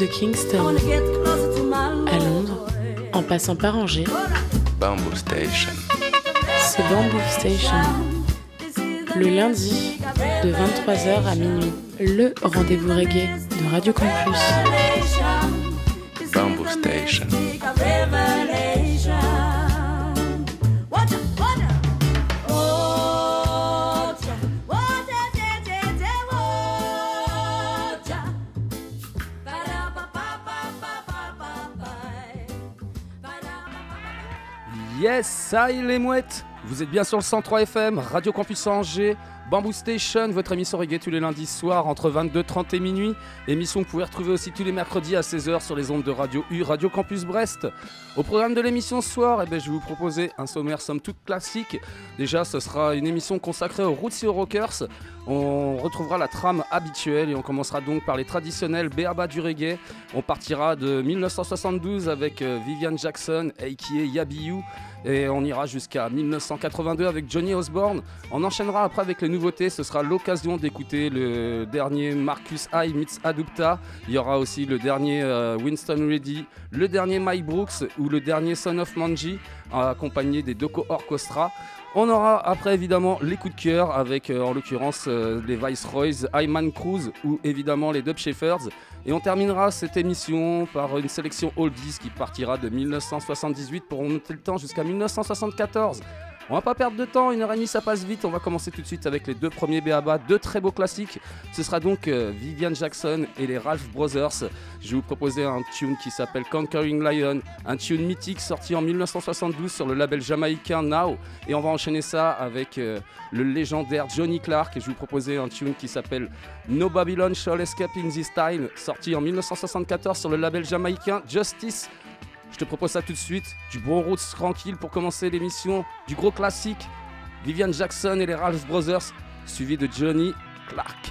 Kingston, à Londres, en passant par Angers, Bamboo Station. c'est Bamboo Station. Le lundi, de 23h à minuit, le rendez-vous reggae de Radio Campus. Bamboo Station. Yes, ça y est les mouettes. Vous êtes bien sur le 103 FM, Radio Campus Angers, Bamboo Station, votre émission reggae tous les lundis soirs entre 22h30 et minuit. Émission que vous pouvez retrouver aussi tous les mercredis à 16h sur les ondes de Radio U, Radio Campus Brest. Au programme de l'émission ce soir, je vais vous proposer un sommaire somme toute classique. Déjà, ce sera une émission consacrée aux roots et aux rockers. On retrouvera la trame habituelle et on commencera donc par les traditionnels B.A.B.A. du reggae. On partira de 1972 avec Vivian Jackson, a.k.a. Yabiou. Et on ira jusqu'à 1982 avec Johnny Osborne. On enchaînera après avec les nouveautés. Ce sera l'occasion d'écouter le dernier Marcus I meets Adupta. Il y aura aussi le dernier Winston Reddy, le dernier Mike Brooks ou le dernier Son of Manji, accompagné des Doko Orchestra. On aura après évidemment les coups de cœur avec en l'occurrence les Viceroys, Hyman Cruz ou évidemment les Dub Shepherds. Et on terminera cette émission par une sélection oldies qui partira de 1978 pour monter le temps jusqu'à 1974. On va pas perdre de temps, 1h30 ça passe vite. On va commencer tout de suite avec les deux premiers B.A.B.A, deux très beaux classiques. Ce sera donc Vivian Jackson et les Ralph Brothers. Je vais vous proposer un tune qui s'appelle Conquering Lion, un tune mythique sorti en 1972 sur le label jamaïcain Now. Et on va enchaîner ça avec le légendaire Johnny Clark. Et je vais vous proposer un tune qui s'appelle No Babylon Shall Escape in This Style, sorti en 1974 sur le label jamaïcain Justice. Je te propose ça tout de suite, du bon roots tranquille pour commencer l'émission, du gros classique, Vivian Jackson et les Ralph Brothers, suivi de Johnny Clark.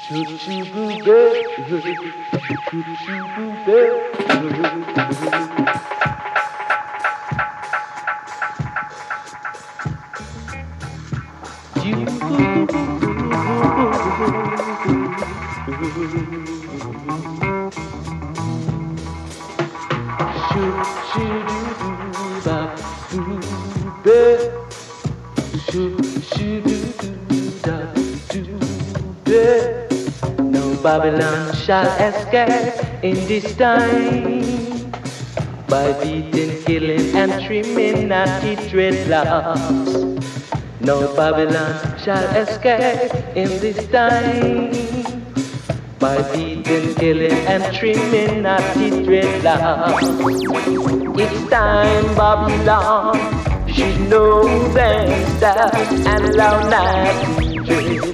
No Babylon shall escape in this time by beating, killing, and trimming natty dreadlocks. No Babylon shall escape in this time by beating, killing, and trimming natty dreadlocks. It's time, Babylon. You should know that and allow natty dread.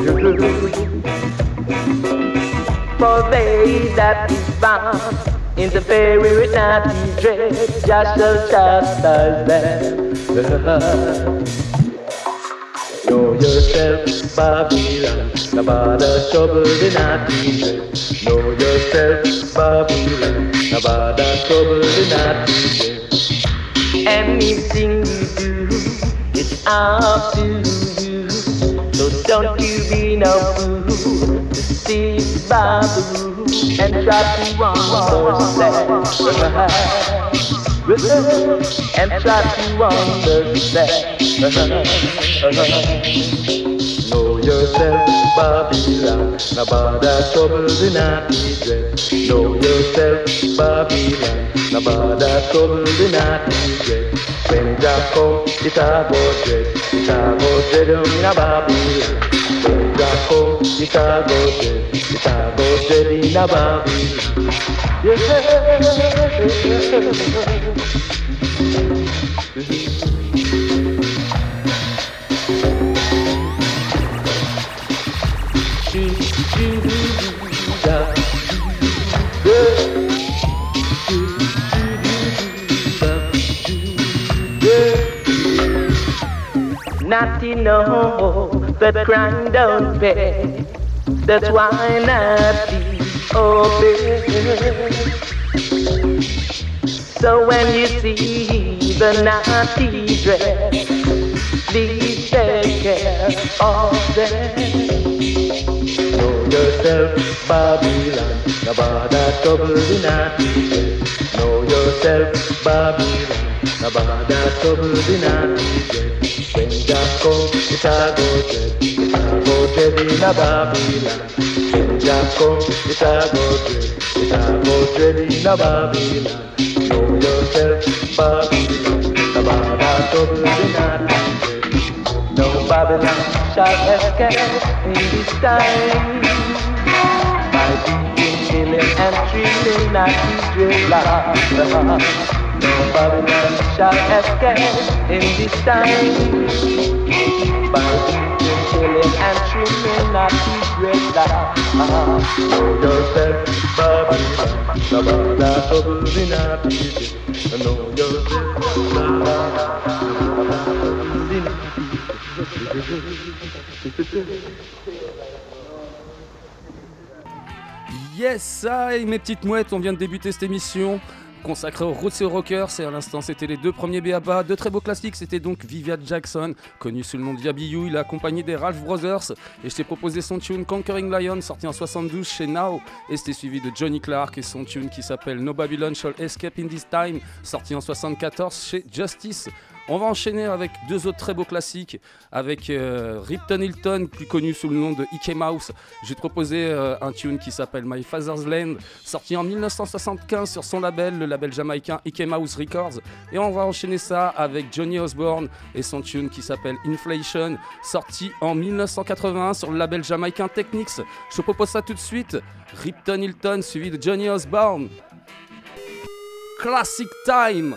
For they that is bound interfere with natty dread, just shall chastise them. Know yourself, Babylon, no bother trouble the natty dread. Know yourself, Babylon, no bother trouble the natty dread. Anything you do, it's up to you. So don't you be no fool to stick by the rule and try to understand. And try to understand. Know yourself, Babylon, no bother trouble the natty dread. Know yourself, Babylon, no bother trouble the natty dread. When Jah come, it a go dread. It a go dread in a Babylon. When Jah come, it a go dread. It a go dread in a Babylon. Natty know that crime don't pay. That's why Natty obey. So when you see the natty dread, please take care of them. Know yourself, Babylon, no bother trouble the natty dread. Know yourself, Babylon, no bother trouble the natty dread. When Jah come, it a go dread. It a go dread in a Babylon. When Jah come, it a go dread. It a go dread in a Babylon. Know yourself, Babylon, no bother trouble the natty dread. No Babylon shall escape in this time by beating, killing, and treating natty dreadlocks. No Babylon shall escape in this time by beating, killing, and trimming natty dreadlocks. Know yourself, Babylon, no bother trouble the natty dread. Know yourself, Babylon, no bother trouble the natty dread. Yes, ça et mes petites mouettes, on vient de débuter cette émission consacrée aux Roots et aux Rockers. Et à l'instant, c'était les deux premiers B.A.B.A. Deux très beaux classiques, c'était donc Vivian Jackson, connu sous le nom de Yabiyu. Il a accompagné des Ralph Brothers. Et je t'ai proposé son tune Conquering Lion, sorti en 72 chez Now. Et c'était suivi de Johnny Clark et son tune qui s'appelle No Babylon Shall Escape in This Time, sorti en 74 chez Justice. On va enchaîner avec deux autres très beaux classiques, avec Ripton Hilton, plus connu sous le nom de Ike Mouse. Je vais te proposer un tune qui s'appelle My Father's Land, sorti en 1975 sur son label, le label jamaïcain Ike Mouse Records. Et on va enchaîner ça avec Johnny Osborne et son tune qui s'appelle Inflation, sorti en 1981 sur le label jamaïcain Technics. Je te propose ça tout de suite, Ripton Hilton suivi de Johnny Osborne. Classic Time.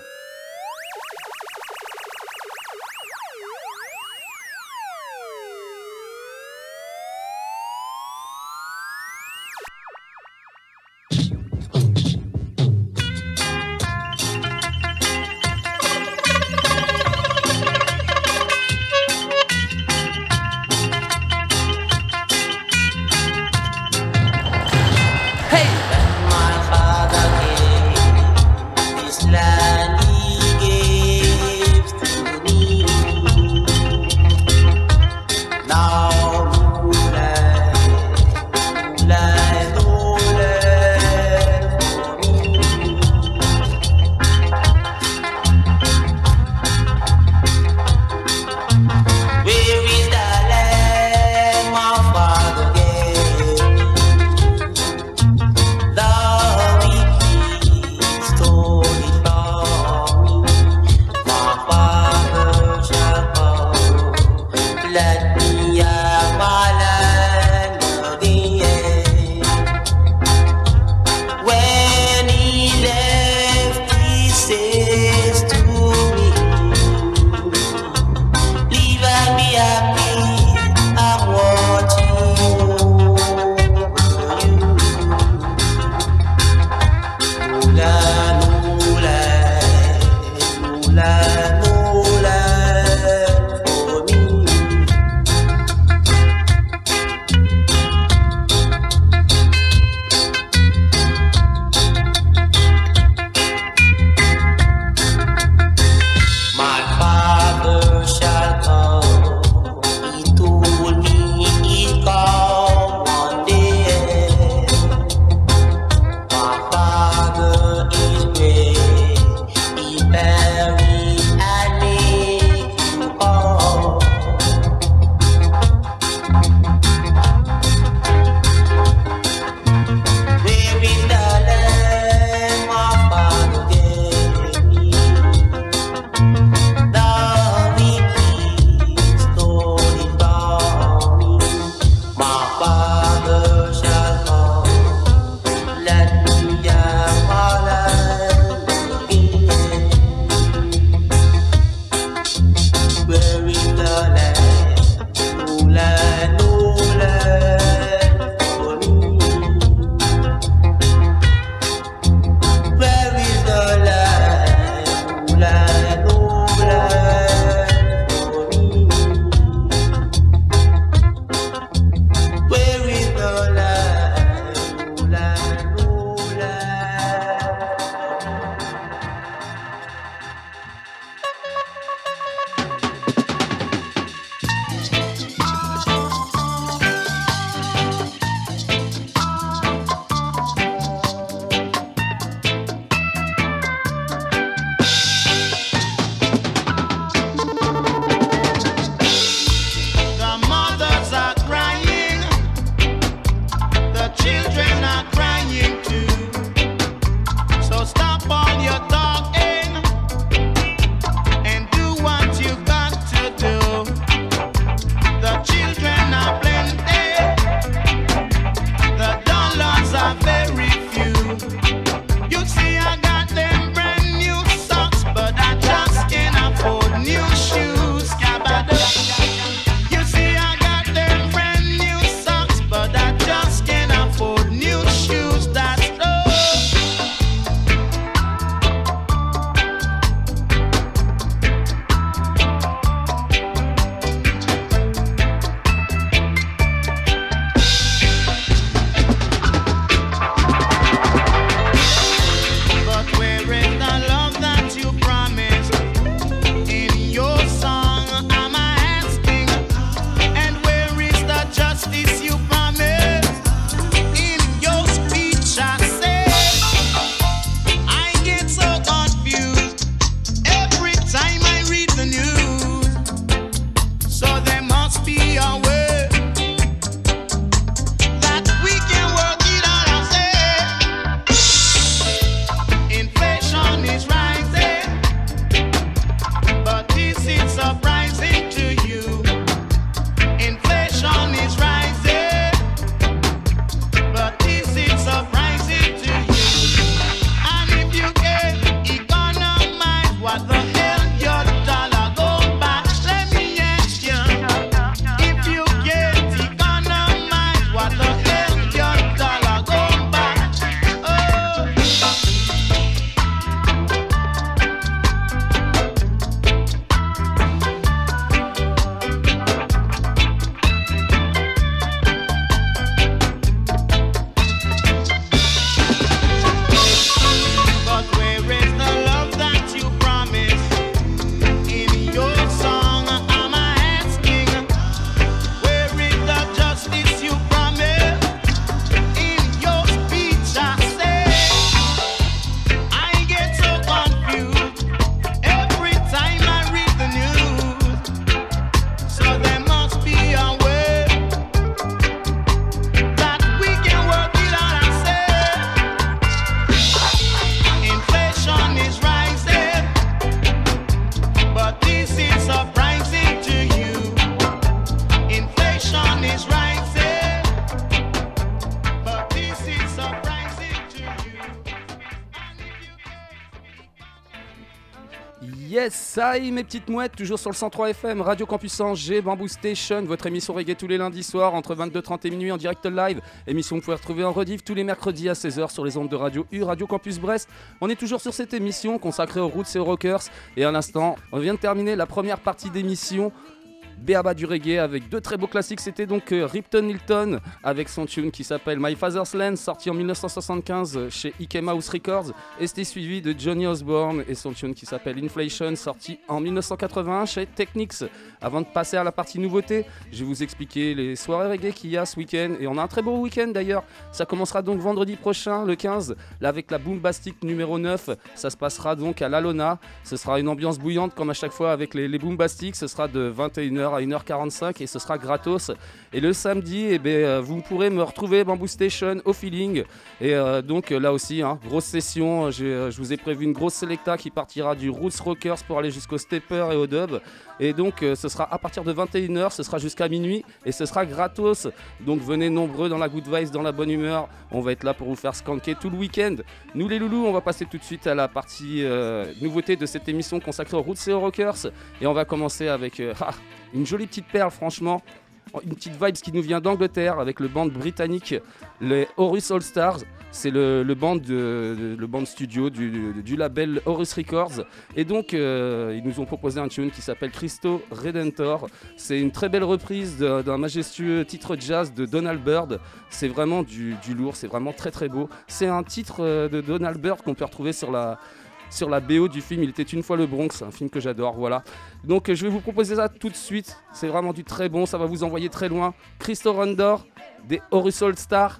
ça y est mes petites mouettes, toujours sur le 103 FM, Radio Campus Angers, Bamboo Station, votre émission reggae tous les lundis soirs entre 22h30 et minuit en direct live. Émission que vous pouvez retrouver en rediff tous les mercredis à 16h sur les ondes de Radio U, Radio Campus Brest. On est toujours sur cette émission consacrée aux roots et aux rockers. Et à l'instant, on vient de terminer la première partie d'émission. Béaba du reggae avec deux très beaux classiques, c'était donc Ripton Hilton avec son tune qui s'appelle My Father's Land, sorti en 1975 chez Ike Mouse Records, et c'était suivi de Johnny Osborne et son tune qui s'appelle Inflation, sorti en 1981 chez Technics. Avant de passer à la partie nouveauté, je vais vous expliquer les soirées reggae qu'il y a ce week-end, et on a un très beau week-end d'ailleurs. Ça commencera donc vendredi prochain, le 15, là avec la Boombastic numéro 9, ça se passera donc à l'Alona. Ce sera une ambiance bouillante comme à chaque fois avec les Boombastic, ce sera de 21h à 1h45 et ce sera gratos. Et le samedi, vous pourrez me retrouver Bamboo Station au feeling. Et donc là aussi, grosse session. Je vous ai prévu une grosse selecta qui partira du Roots Rockers pour aller jusqu'au Stepper et au Dub. Et donc ce sera à partir de 21h, ce sera jusqu'à minuit et ce sera gratos. Donc venez nombreux dans la good vibes, dans la bonne humeur. On va être là pour vous faire skanker tout le week-end. Nous les loulous, on va passer tout de suite à la partie nouveauté de cette émission consacrée aux Roots et aux Rockers. Et on va commencer avec une jolie petite perle, franchement. Une petite vibes qui nous vient d'Angleterre avec le band britannique, les Horus All Stars. C'est le band studio du label Horus Records. Et donc, ils nous ont proposé un tune qui s'appelle Christo Redentor. C'est une très belle reprise d'un majestueux titre jazz de Donald Byrd. C'est vraiment du lourd, c'est vraiment très très beau. C'est un titre de Donald Byrd qu'on peut retrouver sur la BO du film Il était une fois le Bronx, un film que j'adore, voilà. Donc je vais vous proposer ça tout de suite, c'est vraiment du très bon, ça va vous envoyer très loin. Christo Redentor des Horus All Stars.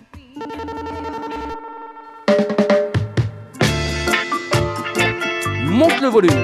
Monte le volume.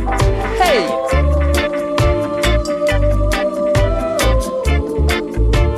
Hey!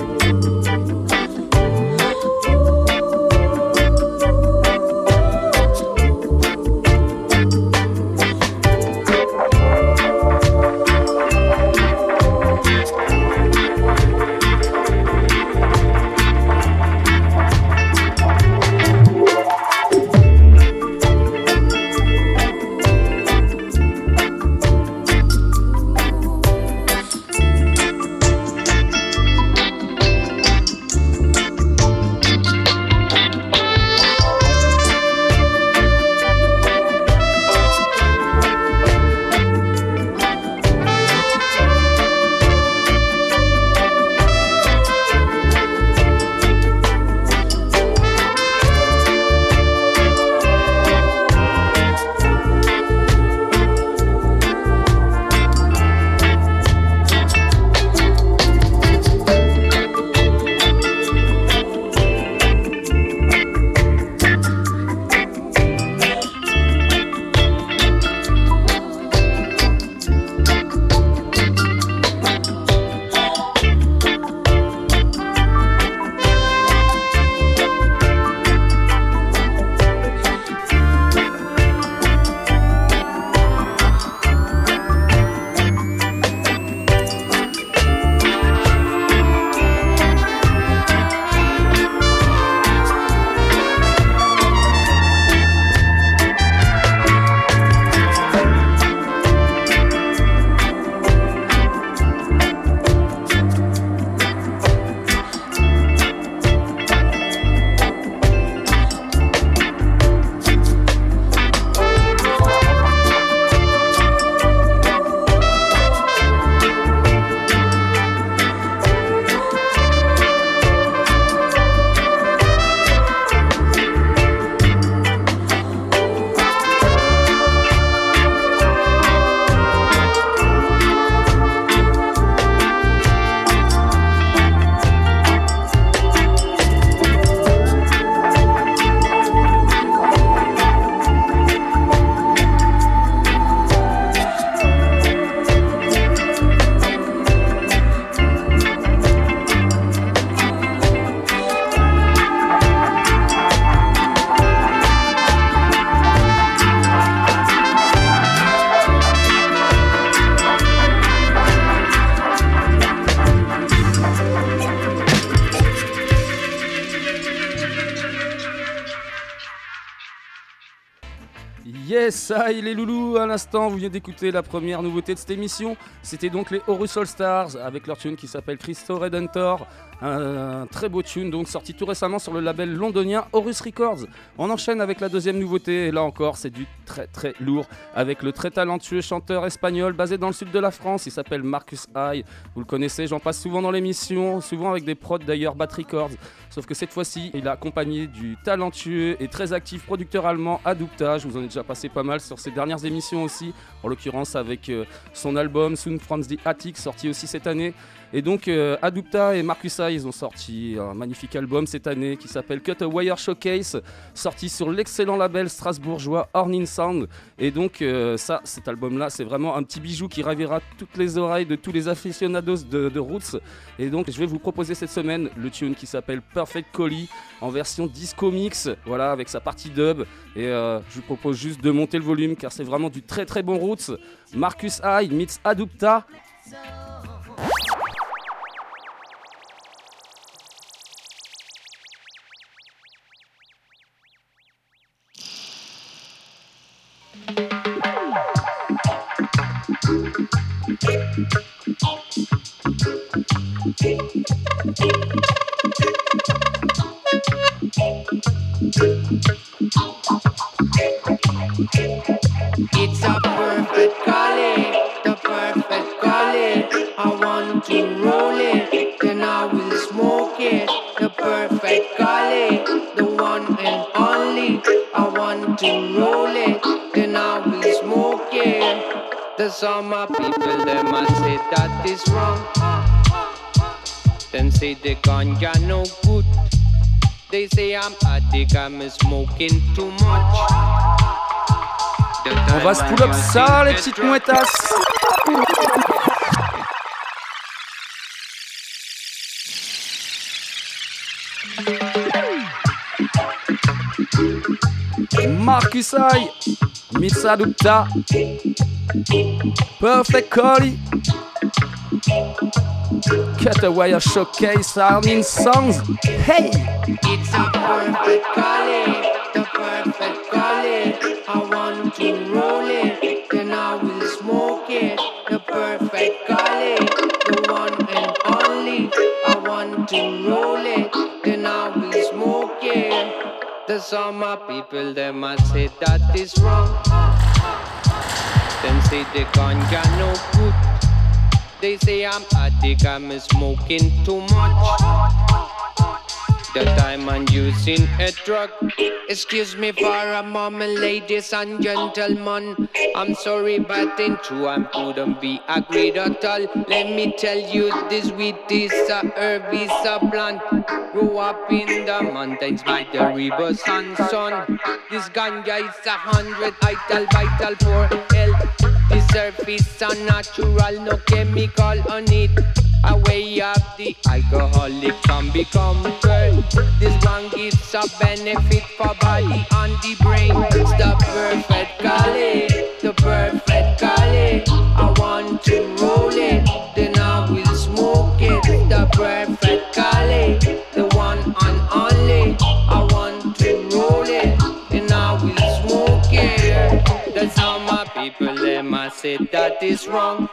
Yes, ça y est les loulous, à l'instant vous venez d'écouter la première nouveauté de cette émission. C'était donc les Horus All Stars avec leur tune qui s'appelle Christo Redentor. Un très beau tune donc sorti tout récemment sur le label londonien Horus Records. On enchaîne avec la deuxième nouveauté et là encore c'est du très très lourd avec le très talentueux chanteur espagnol basé dans le sud de la France. Il s'appelle Marcus I, vous le connaissez, j'en passe souvent dans l'émission, souvent avec des prods d'ailleurs Bat Records. Sauf que cette fois-ci il est accompagné du talentueux et très actif producteur allemand Adupta. Je vous en ai déjà passé pas mal sur ses dernières émissions aussi, en l'occurrence avec son album Soon From The Attic sorti aussi cette année. Et donc Adupta et Marcus I, ils ont sorti un magnifique album cette année qui s'appelle Cut a Wire Showcase, sorti sur l'excellent label strasbourgeois Hornin Sound. Et donc cet album-là, c'est vraiment un petit bijou qui ravira toutes les oreilles de tous les aficionados de Roots. Et donc je vais vous proposer cette semaine le tune qui s'appelle Perfect Collie en version disco mix, voilà, avec sa partie dub. Et je vous propose juste de monter le volume car c'est vraiment du très très bon Roots. Marcus I meets Adupta. It's a perfect calling, the perfect calling. I want to roll it, then I will smoke it. The perfect calling, the one and only. I want to roll it, then I will smoke it. There's some people, them might say that is wrong. Them say the ganja no good. They say I'm addict, I'm smoking too much. On va se pull up ça les petites mouettasses. Marcus I meets Adupta. Perfect Collie. Cut a Wire Showcase sounding songs. Hey! It's a perfect calling, the perfect calling. I want to roll it, then I will smoke it. The perfect calling, the one and only. I want to roll it, then I will smoke it. There's some people, them might say that is wrong. Them say the ganja no good. They say I'm addict, I'm smoking too much. The time I'm using a drug. Excuse me for a moment, ladies and gentlemen. I'm sorry, but in true I couldn't be agreed at all. Let me tell you, this weed is a herb, is a plant. Grew up in the mountains by the rivers and sun. This ganja is 100 vital for health. This herb is a natural, no chemical on it. A way of the alcoholic can become well. This one gives a benefit for body and the brain. It's the perfect calling, the perfect calling. I want to roll it, then I will smoke it. The perfect calling, the one and only. I want to roll it, then I will smoke it. There's some people, they must say that is wrong.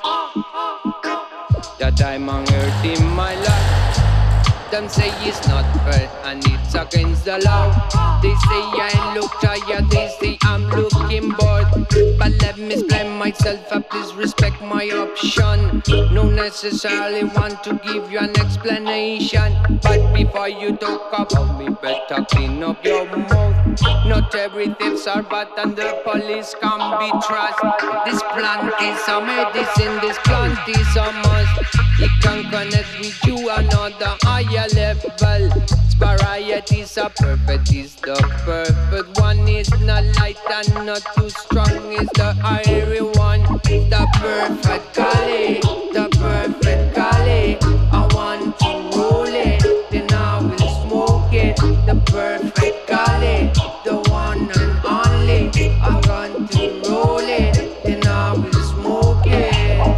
That I'm on earth in my life. Them say it's not fair and it's against the law. They say I look tired, they say I'm looking bored. But let me explain myself up, please respect my option. No necessarily want to give you an explanation. But before you talk about me, better clean up your mouth. Not every thieves are bad and the police can be trusted. This plant is a medicine, this plant is a must. It can connect with you another higher level. Its variety is a perfect, is the perfect one. It's not light and not too strong, it's the irie one. The perfect Cali, the perfect Cali. I want to roll it, then I will smoke it. The perfect Cali, the one and only. I want to roll it, then I will smoke it.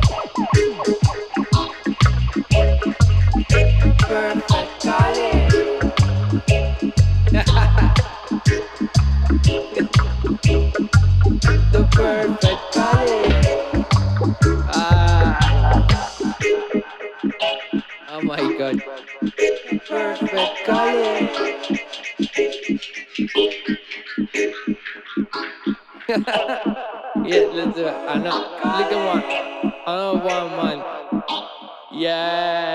Perfect Cali. Yeah, let's do it. I know. Look at one. I know one, man. Yeah.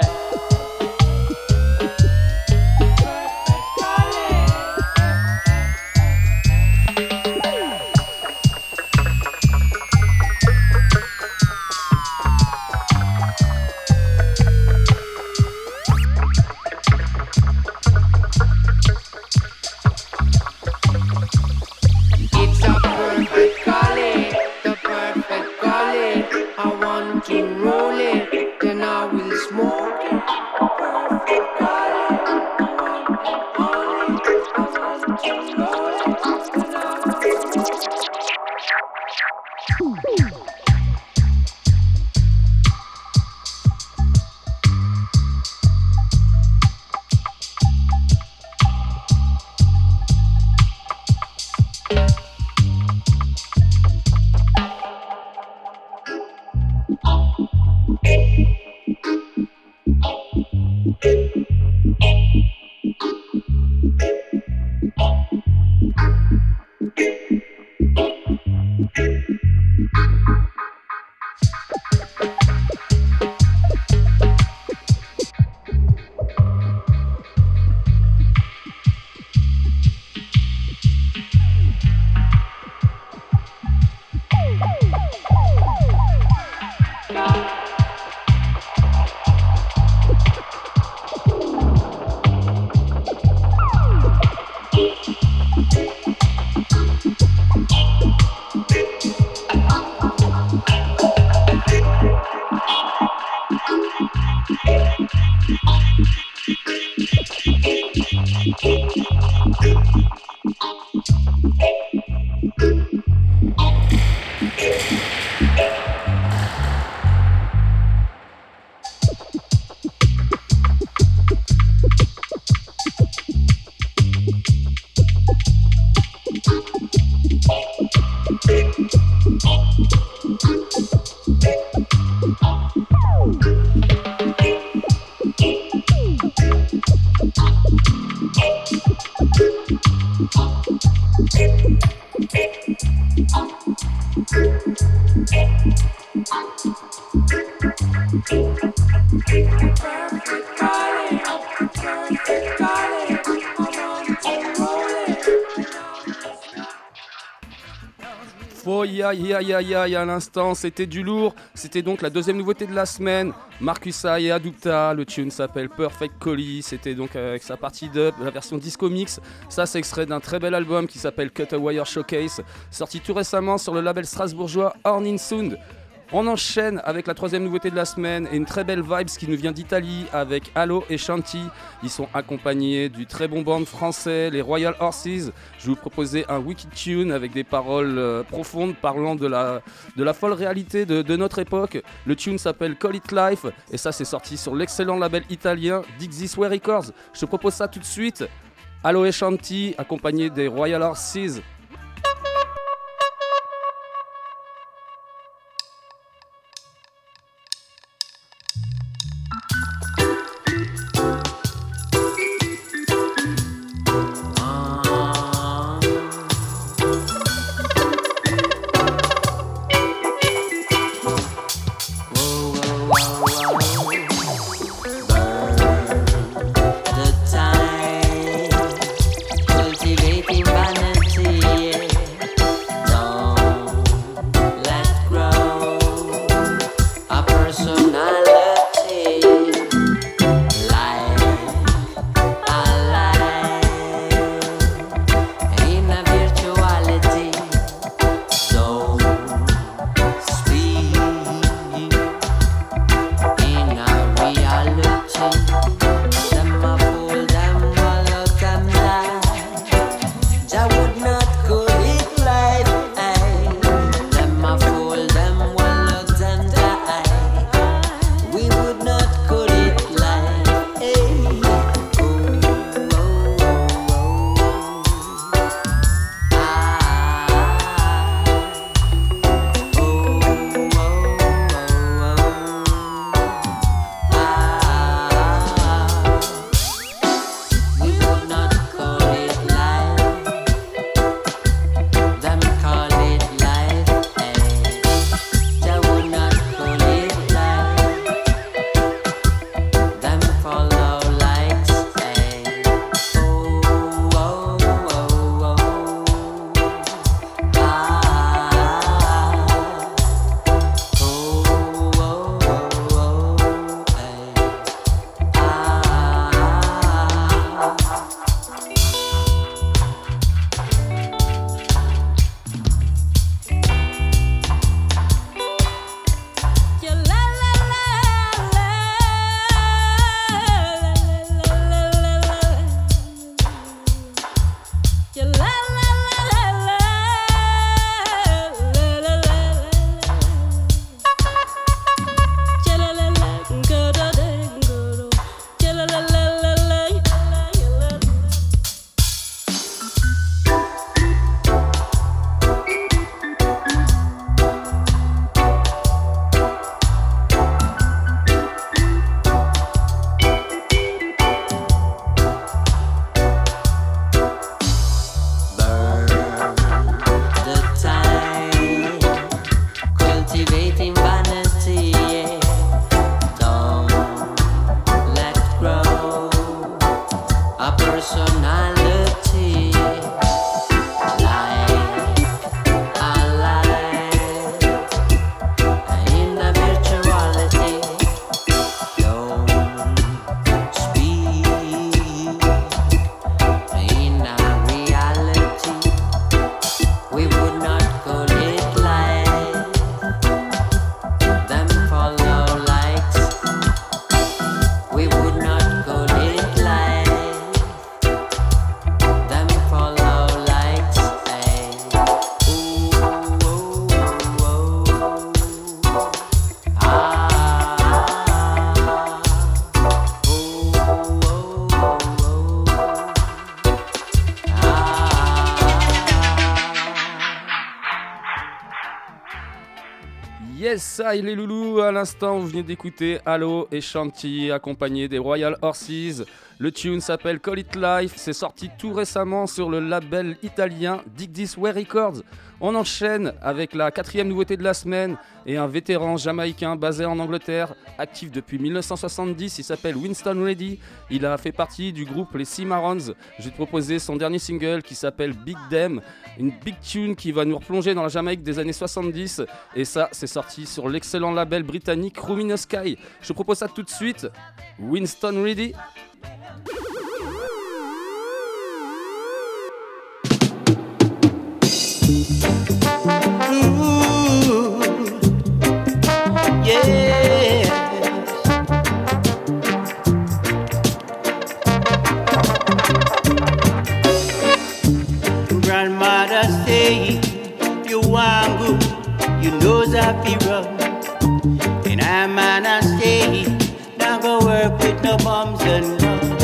À l'instant, c'était du lourd. C'était donc la deuxième nouveauté de la semaine. Marcusa et Adupta. Le tune s'appelle Perfect Collie. C'était donc avec sa partie dub, la version disco mix. Ça, c'est extrait d'un très bel album qui s'appelle Cut a Wire Showcase, sorti tout récemment sur le label strasbourgeois Horn in Sound. On enchaîne avec la troisième nouveauté de la semaine et une très belle vibes qui nous vient d'Italie avec Allo et Shanti. Ils sont accompagnés du très bon band français, les Royal Horses. Je vais vous proposer un wicked tune avec des paroles profondes parlant de la folle réalité de notre époque. Le tune s'appelle Call It Life et ça c'est sorti sur l'excellent label italien Dig This Way Records. Je te propose ça tout de suite. Allo et Shanti accompagnés des Royal Horses. Cultivating vanity. Yes, ça, les loulous, à l'instant, vous venez d'écouter Allo et Shanti, accompagnés des Royal Horses. Le tune s'appelle Call It Life, c'est sorti tout récemment sur le label italien Dig This Way Records. On enchaîne avec la 4e nouveauté de la semaine et un vétéran jamaïcain basé en Angleterre, actif depuis 1970, il s'appelle Winston Ready. Il a fait partie du groupe les Cimarrons. Je vais te proposer son dernier single qui s'appelle Big Dem, une big tune qui va nous replonger dans la Jamaïque des années 70. Et ça, c'est sorti sur l'excellent label britannique Luminous Sky. Je te propose ça tout de suite, Winston Ready. Ooh, yeah. Grandmother say you want good, you know that be wrong. And I man I say not go work with no bombs and guns.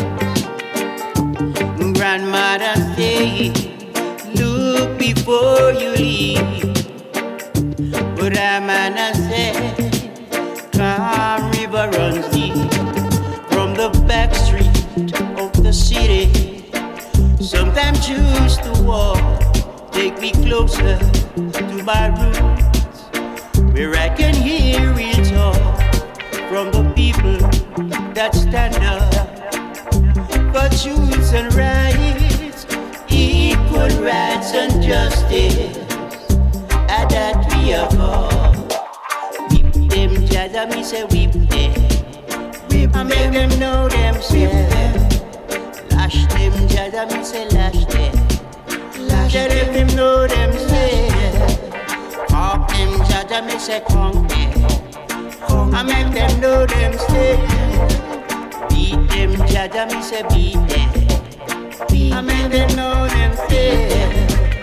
Grandmother say look before you leave. But I man I say calm river runs deep from the back street of the city. Sometimes choose to walk, take me closer to my roots, where I can hear it all from the people that stand up for truths and rights, equal rights and justice, and that we are all. Whip them, Jada, me say whip them, I make them know themselves. Lash them, Jada, me say lash them, let them know themselves. Conk them, Jada, me say conk them, I make them know themselves. Beat them, Jada, me say beat them, I make them know themselves.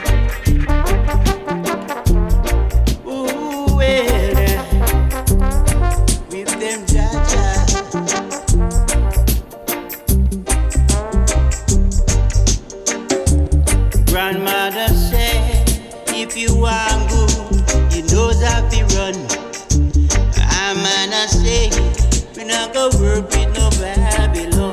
Ooh, well, with them, Jada. Grandmother said, if you want good, you know that we run. I'm gonna say, we not go work with no Babylon.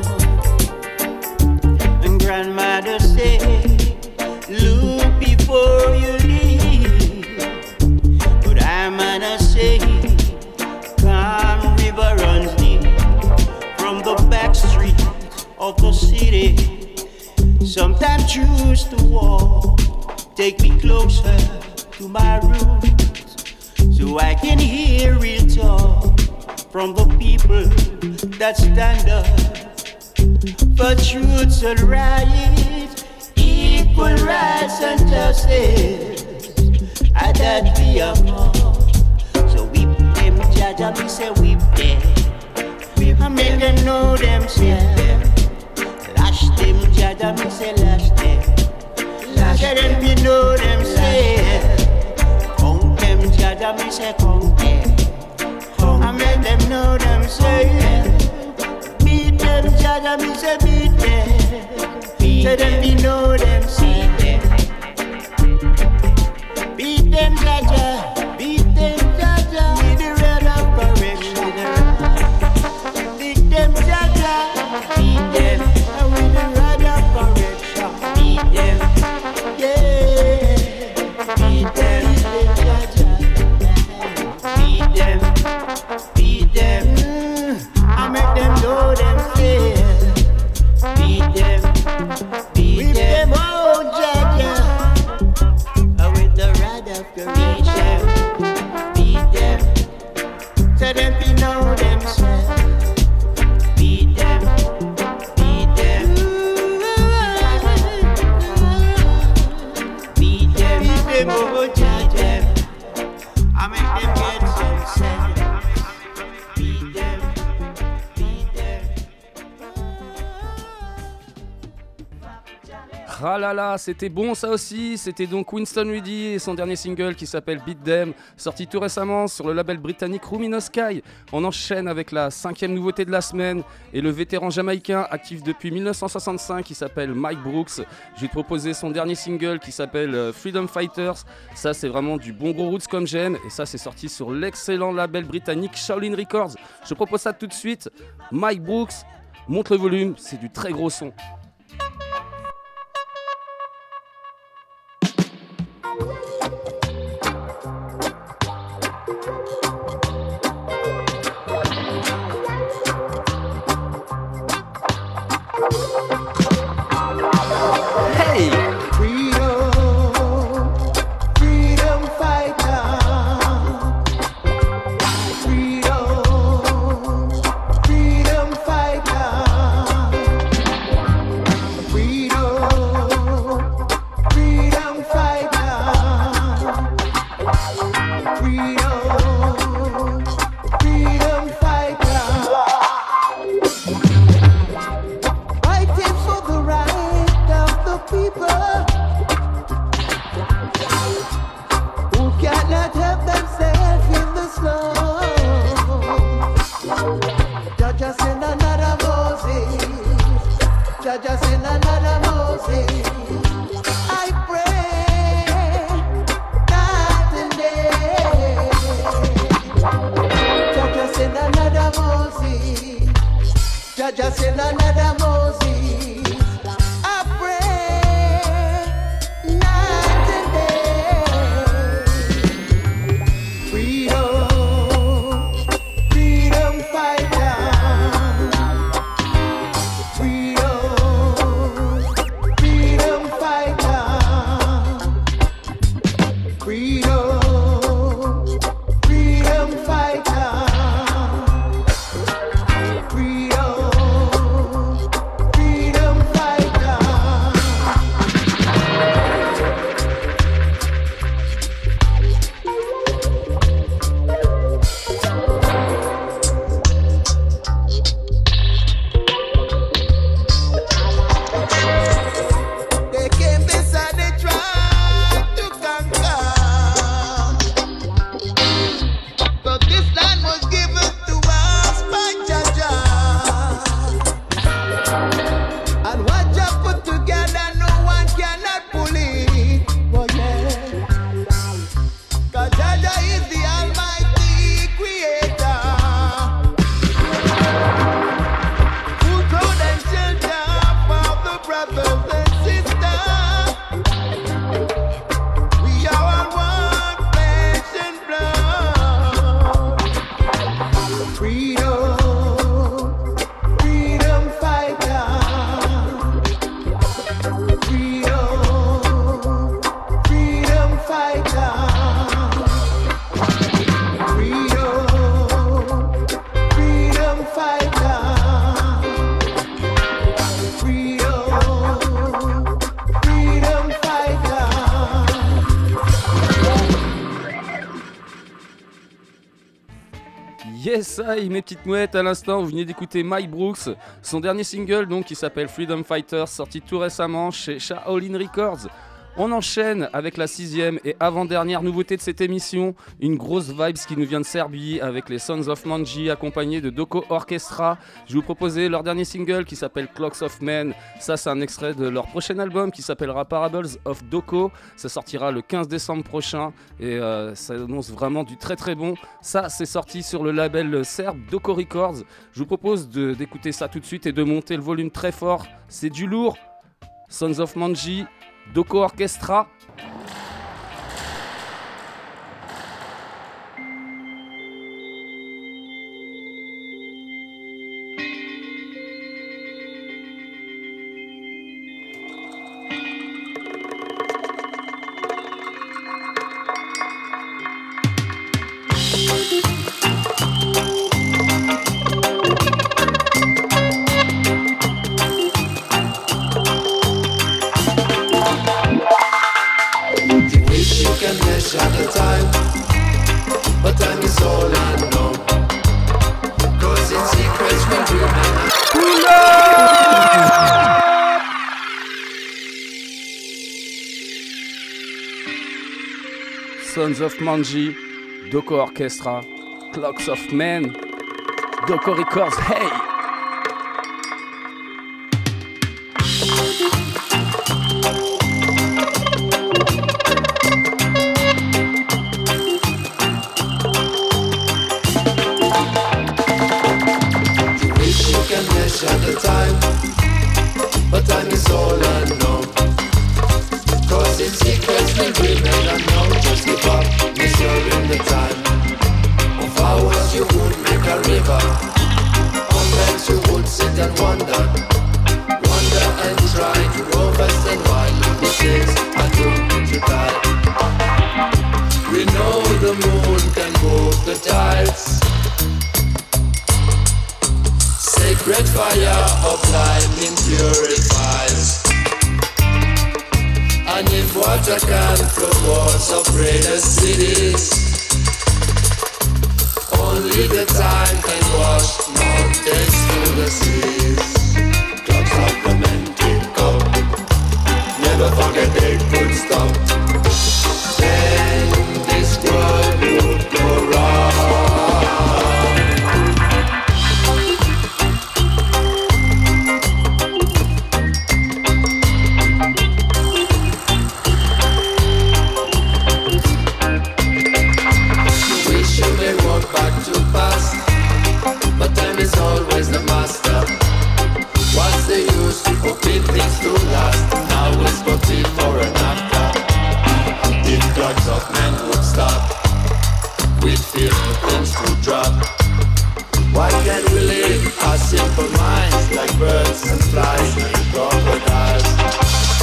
And grandmother said, look before you leave. But I'm gonna say, calm river runs deep from the back street of the city. Sometimes choose to walk, take me closer to my roots, so I can hear it all from the people that stand up for truths and rights, equal rights and justice, and that we are all. So whip them, Jaja, me say whip them, I make them know themselves. Lash them, Jada, me say lash them, Tell them we know them say, count them, Jaja, me say count them. I make them know them say, beat them, Jaja, me say beat them. Tell them we know them say, beat them, Jaja, beat them, Jaja, with the red of correction. Beat them, Jaja, beat them, with the red of correction. Beat them, yeah, beat them, Jaja, beat them, beat them. I make them know them fail. Beat them, beat them, oh, Jaja. With the rod of the beat them, so them be know themselves. Beat them, beat them, beat them, oh, Jaja. I make them get some sense. Beat them, beat them. Ah là là, c'était bon ça aussi, c'était donc Winston Reedy et son dernier single qui s'appelle Beat Them, sorti tout récemment sur le label britannique Rumino Sky. On enchaîne avec la 5e nouveauté de la semaine et le vétéran jamaïcain actif depuis 1965 qui s'appelle Mike Brooks. Je vais te proposer son dernier single qui s'appelle Freedom Fighters. Ça c'est vraiment du bon gros roots comme j'aime et ça c'est sorti sur l'excellent label britannique Shaolin Records. Je te propose ça tout de suite. Mike Brooks, monte le volume, c'est du très gros son. Yes, hi, mes petites mouettes, à l'instant, vous venez d'écouter Mike Brooks, son dernier single donc qui s'appelle Freedom Fighters, sorti tout récemment chez Shaolin Records. On enchaîne avec la 6e et avant-dernière nouveauté de cette émission, une grosse vibes qui nous vient de Serbie avec les Sons of Manji accompagnés de Doko Orchestra. Je vais vous proposer leur dernier single qui s'appelle Clocks of Men. Ça, c'est un extrait de leur prochain album qui s'appellera Parables of Doko. Ça sortira le 15 décembre prochain et ça annonce vraiment du très très bon. Ça, c'est sorti sur le label serbe Doko Records. Je vous propose d'écouter ça tout de suite et de monter le volume très fort. C'est du lourd. Sons of Manji, Doko Orchestra. Sons of Manji, Doko Orchestra, Clocks of Men, Doko Records, hey! You wish you can measure the time, but time is all unknown. Cause its secrets will remain unknown. Just give up, measuring the time. Of hours you would make a river. On nights you would sit and wonder. Wonder and try to overstand why the things are doomed to die. We know the moon can move the tides. Sacred fire of lightning purifies. And if water can flow walls of greatest cities, only the time can wash mountains to the seas. Clocks of the men tick up, never forget they could stop. Then this world would go wrong. Always the master. What's the use hoping things to last? Now it's but before and after. If clocks of men would stop, we'd feel things would drop. Why can't we live our simple minds like birds and flies and crocodiles?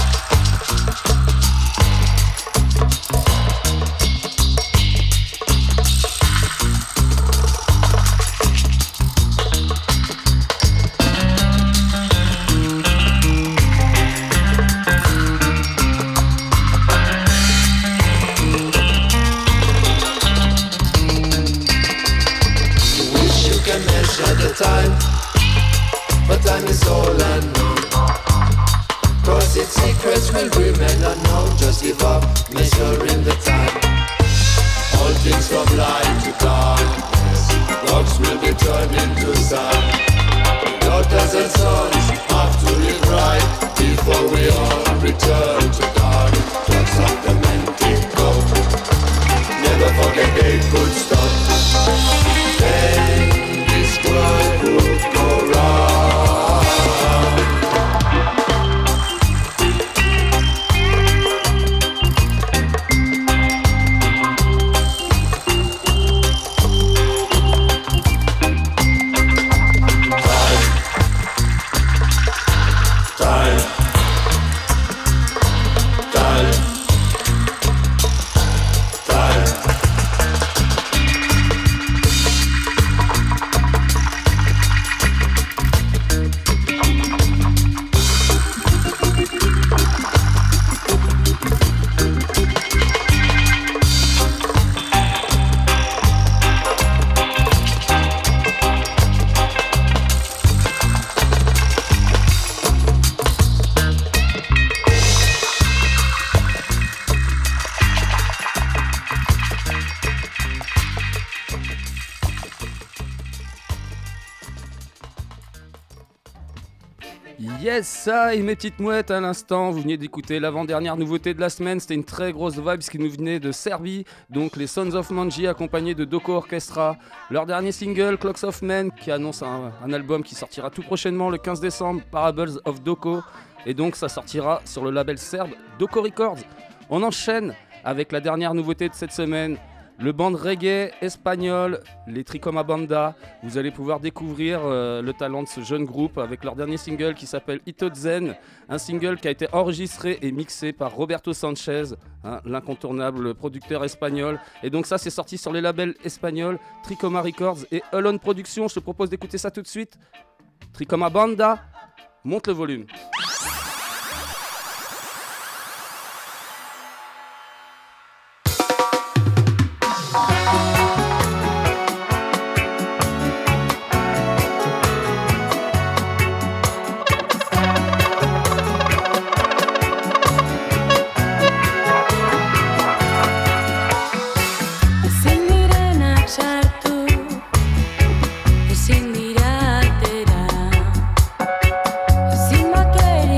Time, but time is all unknown. Cause its secrets will remain unknown. Just give up, measuring the time. All things from light to darkness, clocks will be turned into sun. Daughters and sons have to live right before we all return to dark. Clocks of the men tick up, never forget they could stop. Then this world would go wrong. Time. Yes, ça et mes petites mouettes à l'instant, vous venez d'écouter l'avant-dernière nouveauté de la semaine, c'était une très grosse vibe qui nous venait de Serbie, donc les Sons of Manji accompagnés de Doko Orchestra, leur dernier single Clocks of Men qui annonce un album qui sortira tout prochainement le 15 décembre, Parables of Doko, et donc ça sortira sur le label serbe Doko Records. On enchaîne avec la dernière nouveauté de cette semaine, le band reggae espagnol, les Tricoma Banda. Vous allez pouvoir découvrir le talent de ce jeune groupe avec leur dernier single qui s'appelle Ito Zen, un single qui a été enregistré et mixé par Roberto Sanchez, l'incontournable producteur espagnol. Et donc ça c'est sorti sur les labels espagnols Tricoma Records et Alone Productions. Je te propose d'écouter ça tout de suite. Tricoma Banda, monte le volume. Sin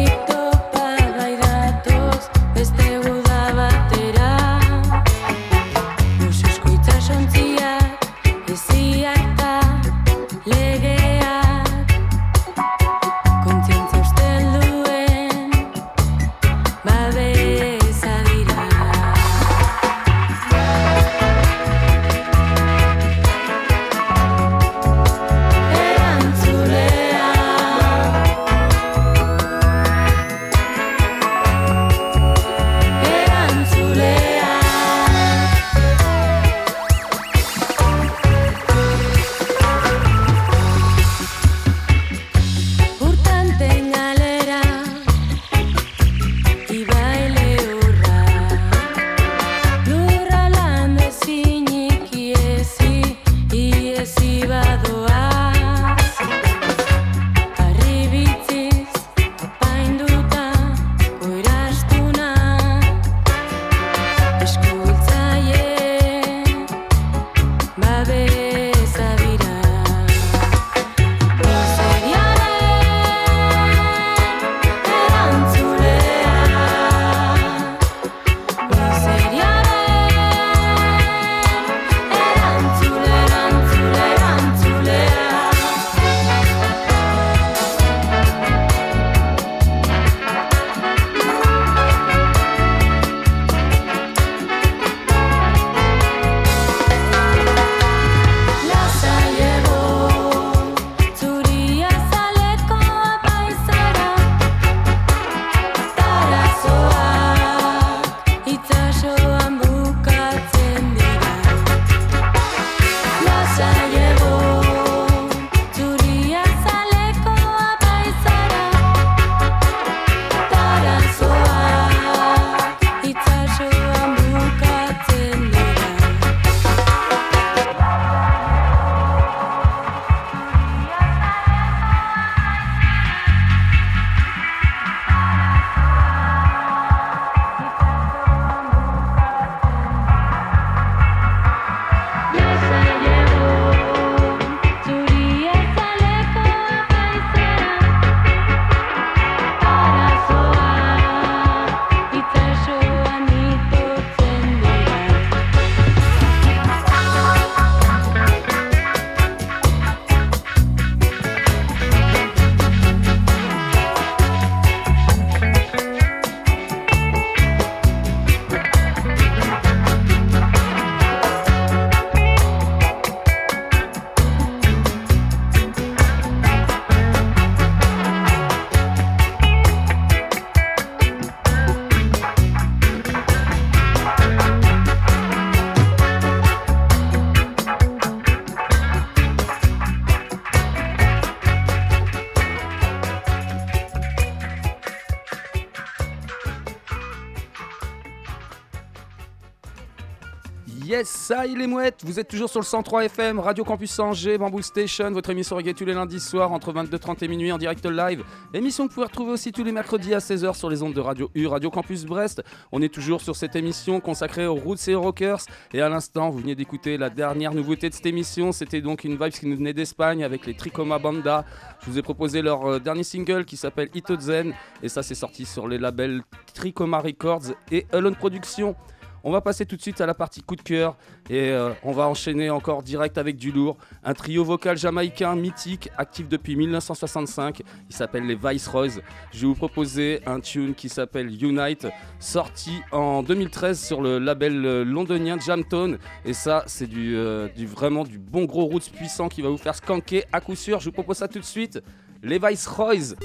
Yes, ça il est mouette, vous êtes toujours sur le 103 FM, Radio Campus Angers, Bamboo Station, votre émission reggae tous les lundis soirs entre 22h30 et minuit en direct live. Émission que vous pouvez retrouver aussi tous les mercredis à 16h sur les ondes de Radio U, Radio Campus Brest. On est toujours sur cette émission consacrée aux roots et aux rockers. Et à l'instant, vous venez d'écouter la dernière nouveauté de cette émission. C'était donc une vibe qui nous venait d'Espagne avec les Tricoma Banda. Je vous ai proposé leur dernier single qui s'appelle Itozen. Et ça, c'est sorti sur les labels Tricoma Records et Elon Productions. On va passer tout de suite à la partie coup de cœur et on va enchaîner encore direct avec du lourd. Un trio vocal jamaïcain mythique, actif depuis 1965. Il s'appelle les Viceroys. Je vais vous proposer un tune qui s'appelle Unite, sorti en 2013 sur le label londonien Jamtone. Et ça, c'est vraiment du bon gros roots puissant qui va vous faire skanker à coup sûr. Je vous propose ça tout de suite. Les Viceroys.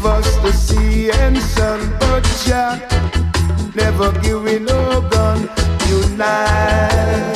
give us the sea and sun, but Jah never give we no gun. Unite.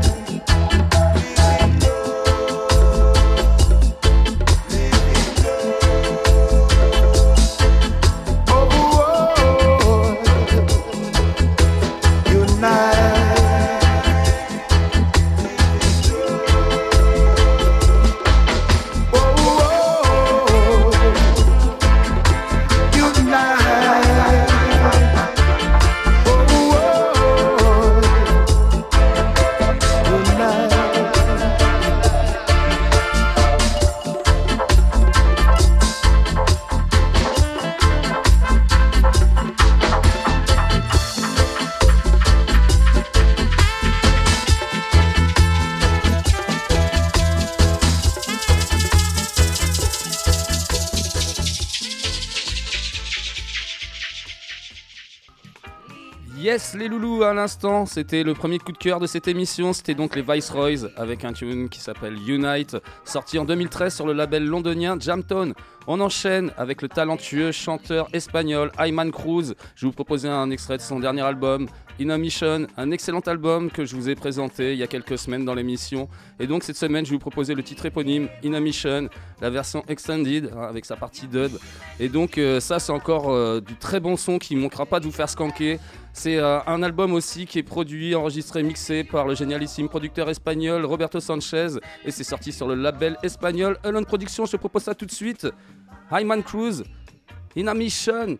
Yes, les loulous, à l'instant, c'était le premier coup de cœur de cette émission. C'était donc les Viceroys avec un tune qui s'appelle Unite, sorti en 2013 sur le label londonien Jamtone. On enchaîne avec le talentueux chanteur espagnol Ayman Cruz. Je vais vous proposer un extrait de son dernier album, In a Mission, un excellent album que je vous ai présenté il y a quelques semaines dans l'émission. Et donc cette semaine, je vais vous proposer le titre éponyme, In a Mission, la version extended avec sa partie dub. Et donc ça, c'est encore du très bon son qui ne manquera pas de vous faire skanker. C'est un album aussi qui est produit, enregistré, mixé par le génialissime producteur espagnol Roberto Sanchez. Et c'est sorti sur le label espagnol Alone Productions. Je te propose ça tout de suite. Ayman Cruz, In a Mission.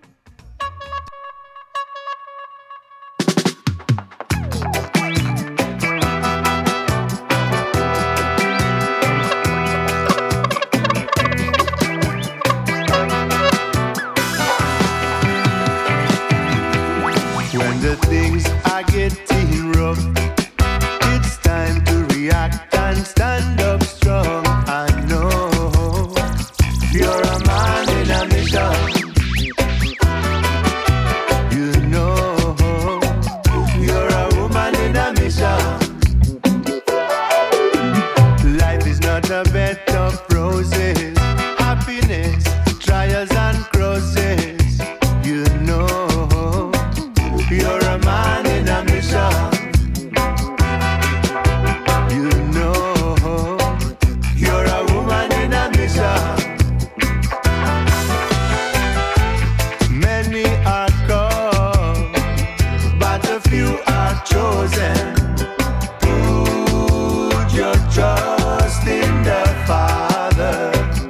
When the things are getting rough, it's time to react and stand up strong. I know you're a man in a mission. You know you're a woman in a mission. Life is not a bed of roses, happiness, trials and crosses. You know you're a man in a mission. You know you're a woman in a mission. Many are called, but a few are chosen. Put your trust in the Father.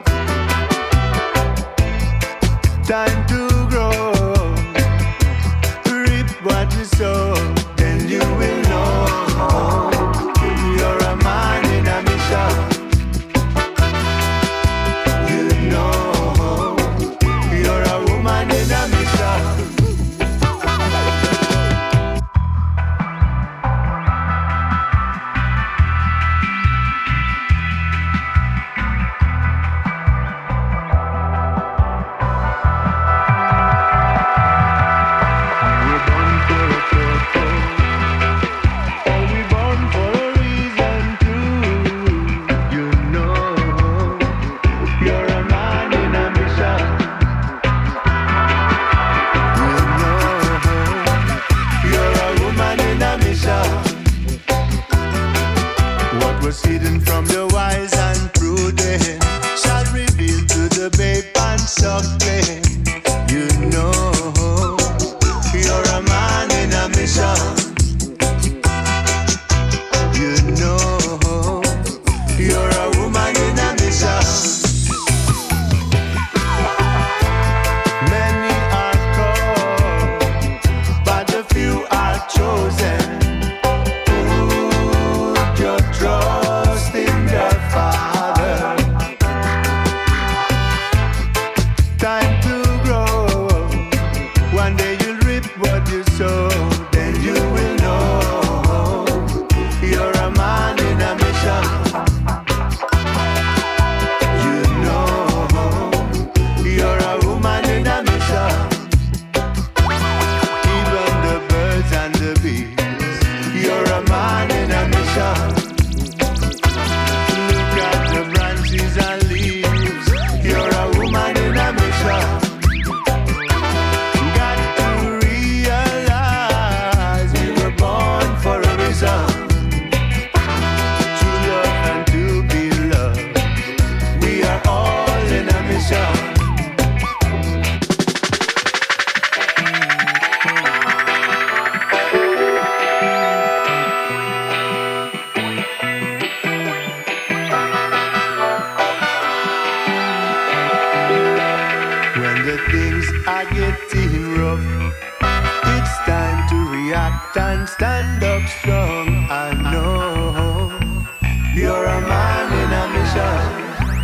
Stand up strong. I know you're a man in a mission.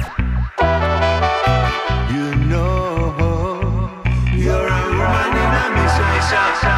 You know you're a woman in a mission.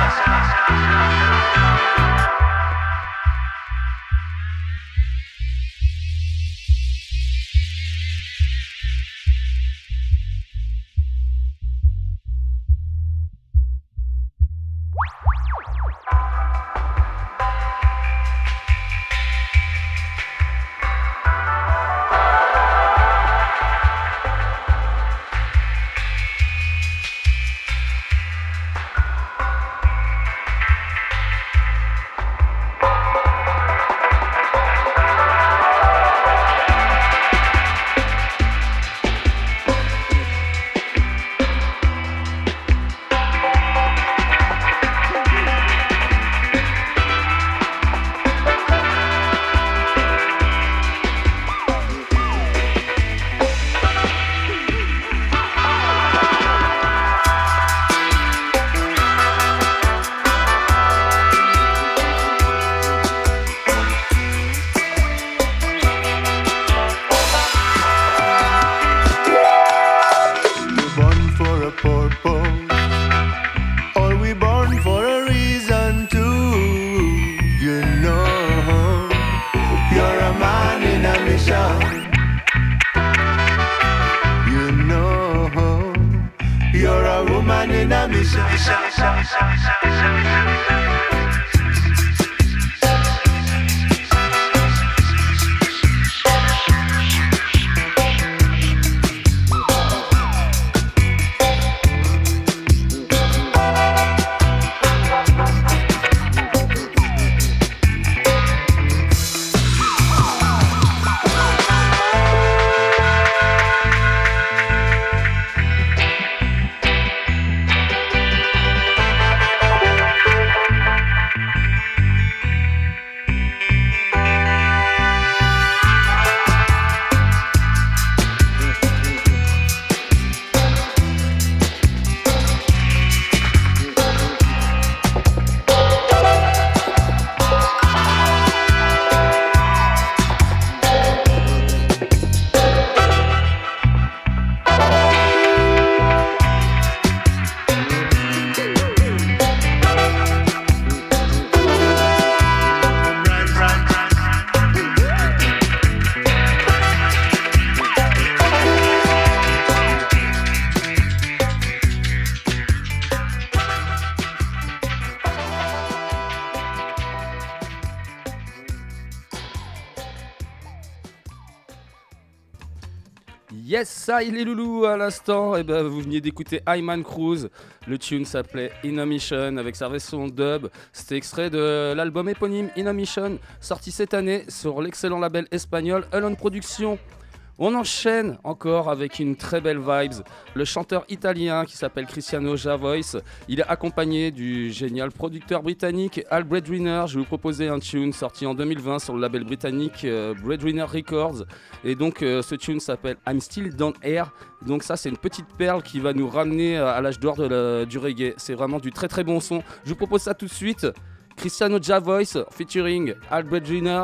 Yes, ça il est loulou à l'instant. Et ben vous veniez d'écouter Hyman Cruz. Le tune s'appelait In a Mission avec sa version dub. C'était extrait de l'album éponyme In a Mission, sorti cette année sur l'excellent label espagnol Alone Productions. On enchaîne encore avec une très belle vibes. Le chanteur italien qui s'appelle Cristiano Javois, il est accompagné du génial producteur britannique Al Breadwinner. Je vais vous proposer un tune sorti en 2020 sur le label britannique Breadwinner Records. Et donc ce tune s'appelle I'm Still Down Here. Donc ça c'est une petite perle qui va nous ramener à l'âge d'or du reggae. C'est vraiment du très très bon son. Je vous propose ça tout de suite. Cristiano Javois featuring Al Breadwinner.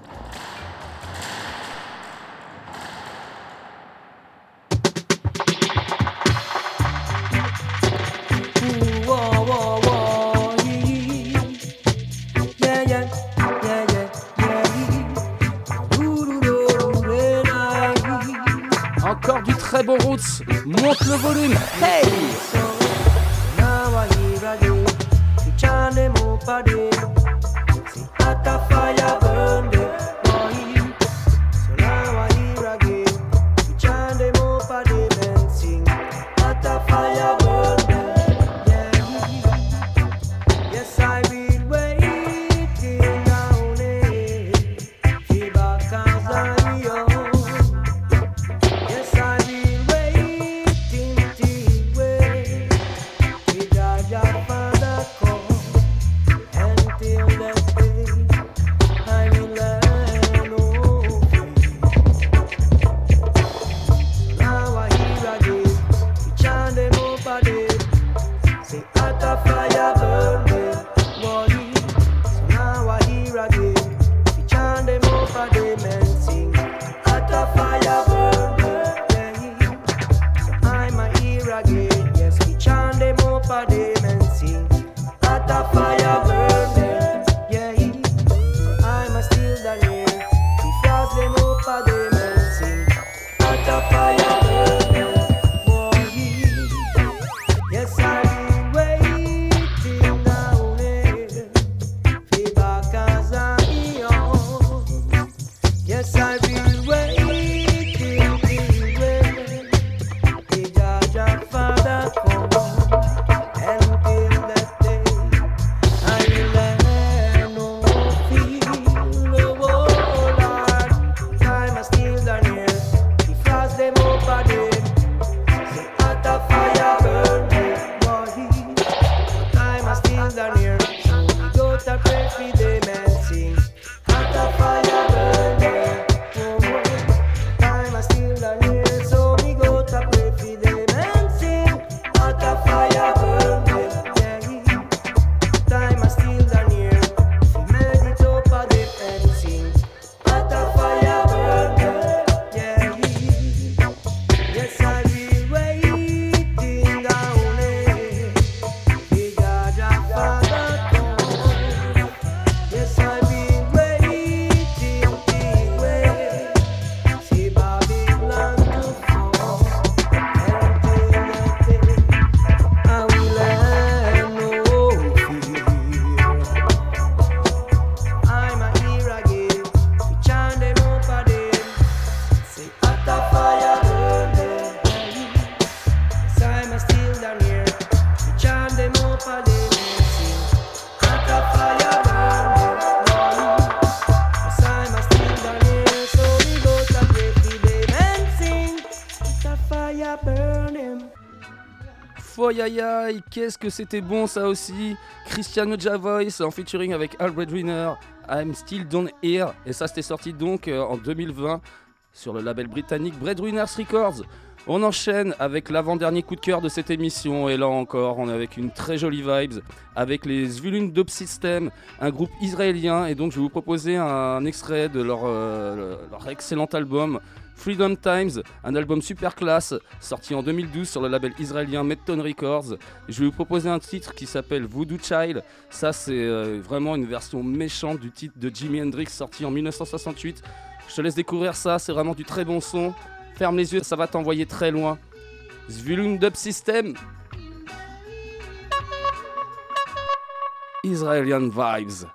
Encore du très bon roots, monte le volume, hey! I'm in love. Foyayaï, qu'est-ce que c'était bon ça aussi. Christian Javois en featuring avec Al Breadwinner, I'm Still Down Here. Et ça c'était sorti donc en 2020 sur le label britannique Breadwinners Records. On enchaîne avec l'avant-dernier coup de cœur de cette émission. Et là encore, on est avec une très jolie vibes avec les Zvulun Dope System, un groupe israélien. Et donc je vais vous proposer un extrait de leur excellent album Freedom Times, un album super classe sorti en 2012 sur le label israélien Medton Records. Je vais vous proposer un titre qui s'appelle Voodoo Child. Ça c'est vraiment une version méchante du titre de Jimi Hendrix sorti en 1968. Je te laisse découvrir ça, c'est vraiment du très bon son. Ferme les yeux, ça va t'envoyer très loin. Zvulun Dope System, Israelian Vibes.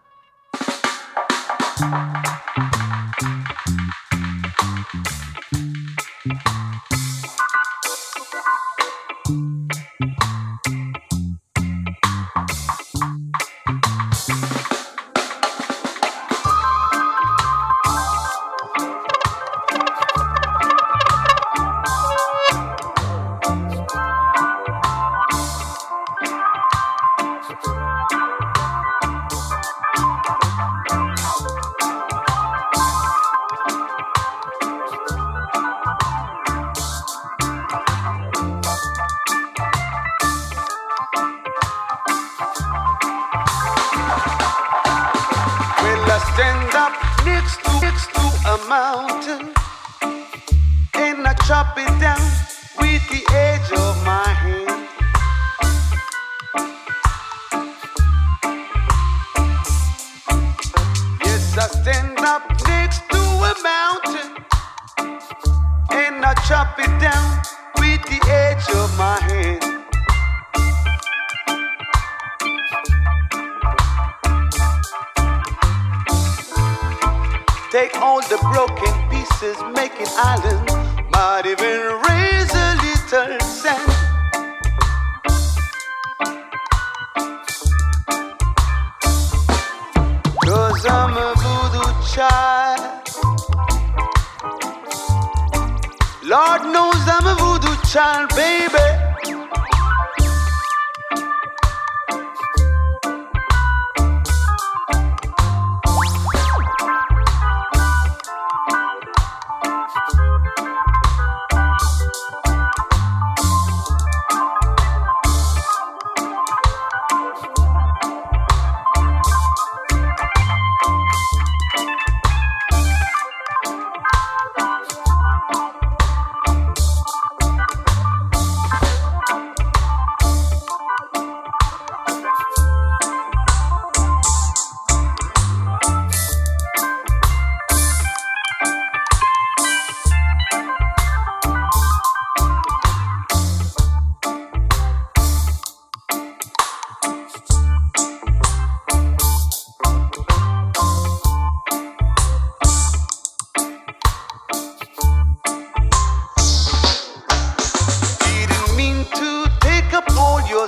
chop it down with the edge of my hand. Yes, I stand up next to a mountain and I chop it down with the edge of my hand. Take all the broken pieces, make an island, might even raise a little sand. Cause I'm a voodoo child. Lord knows I'm a voodoo child, baby.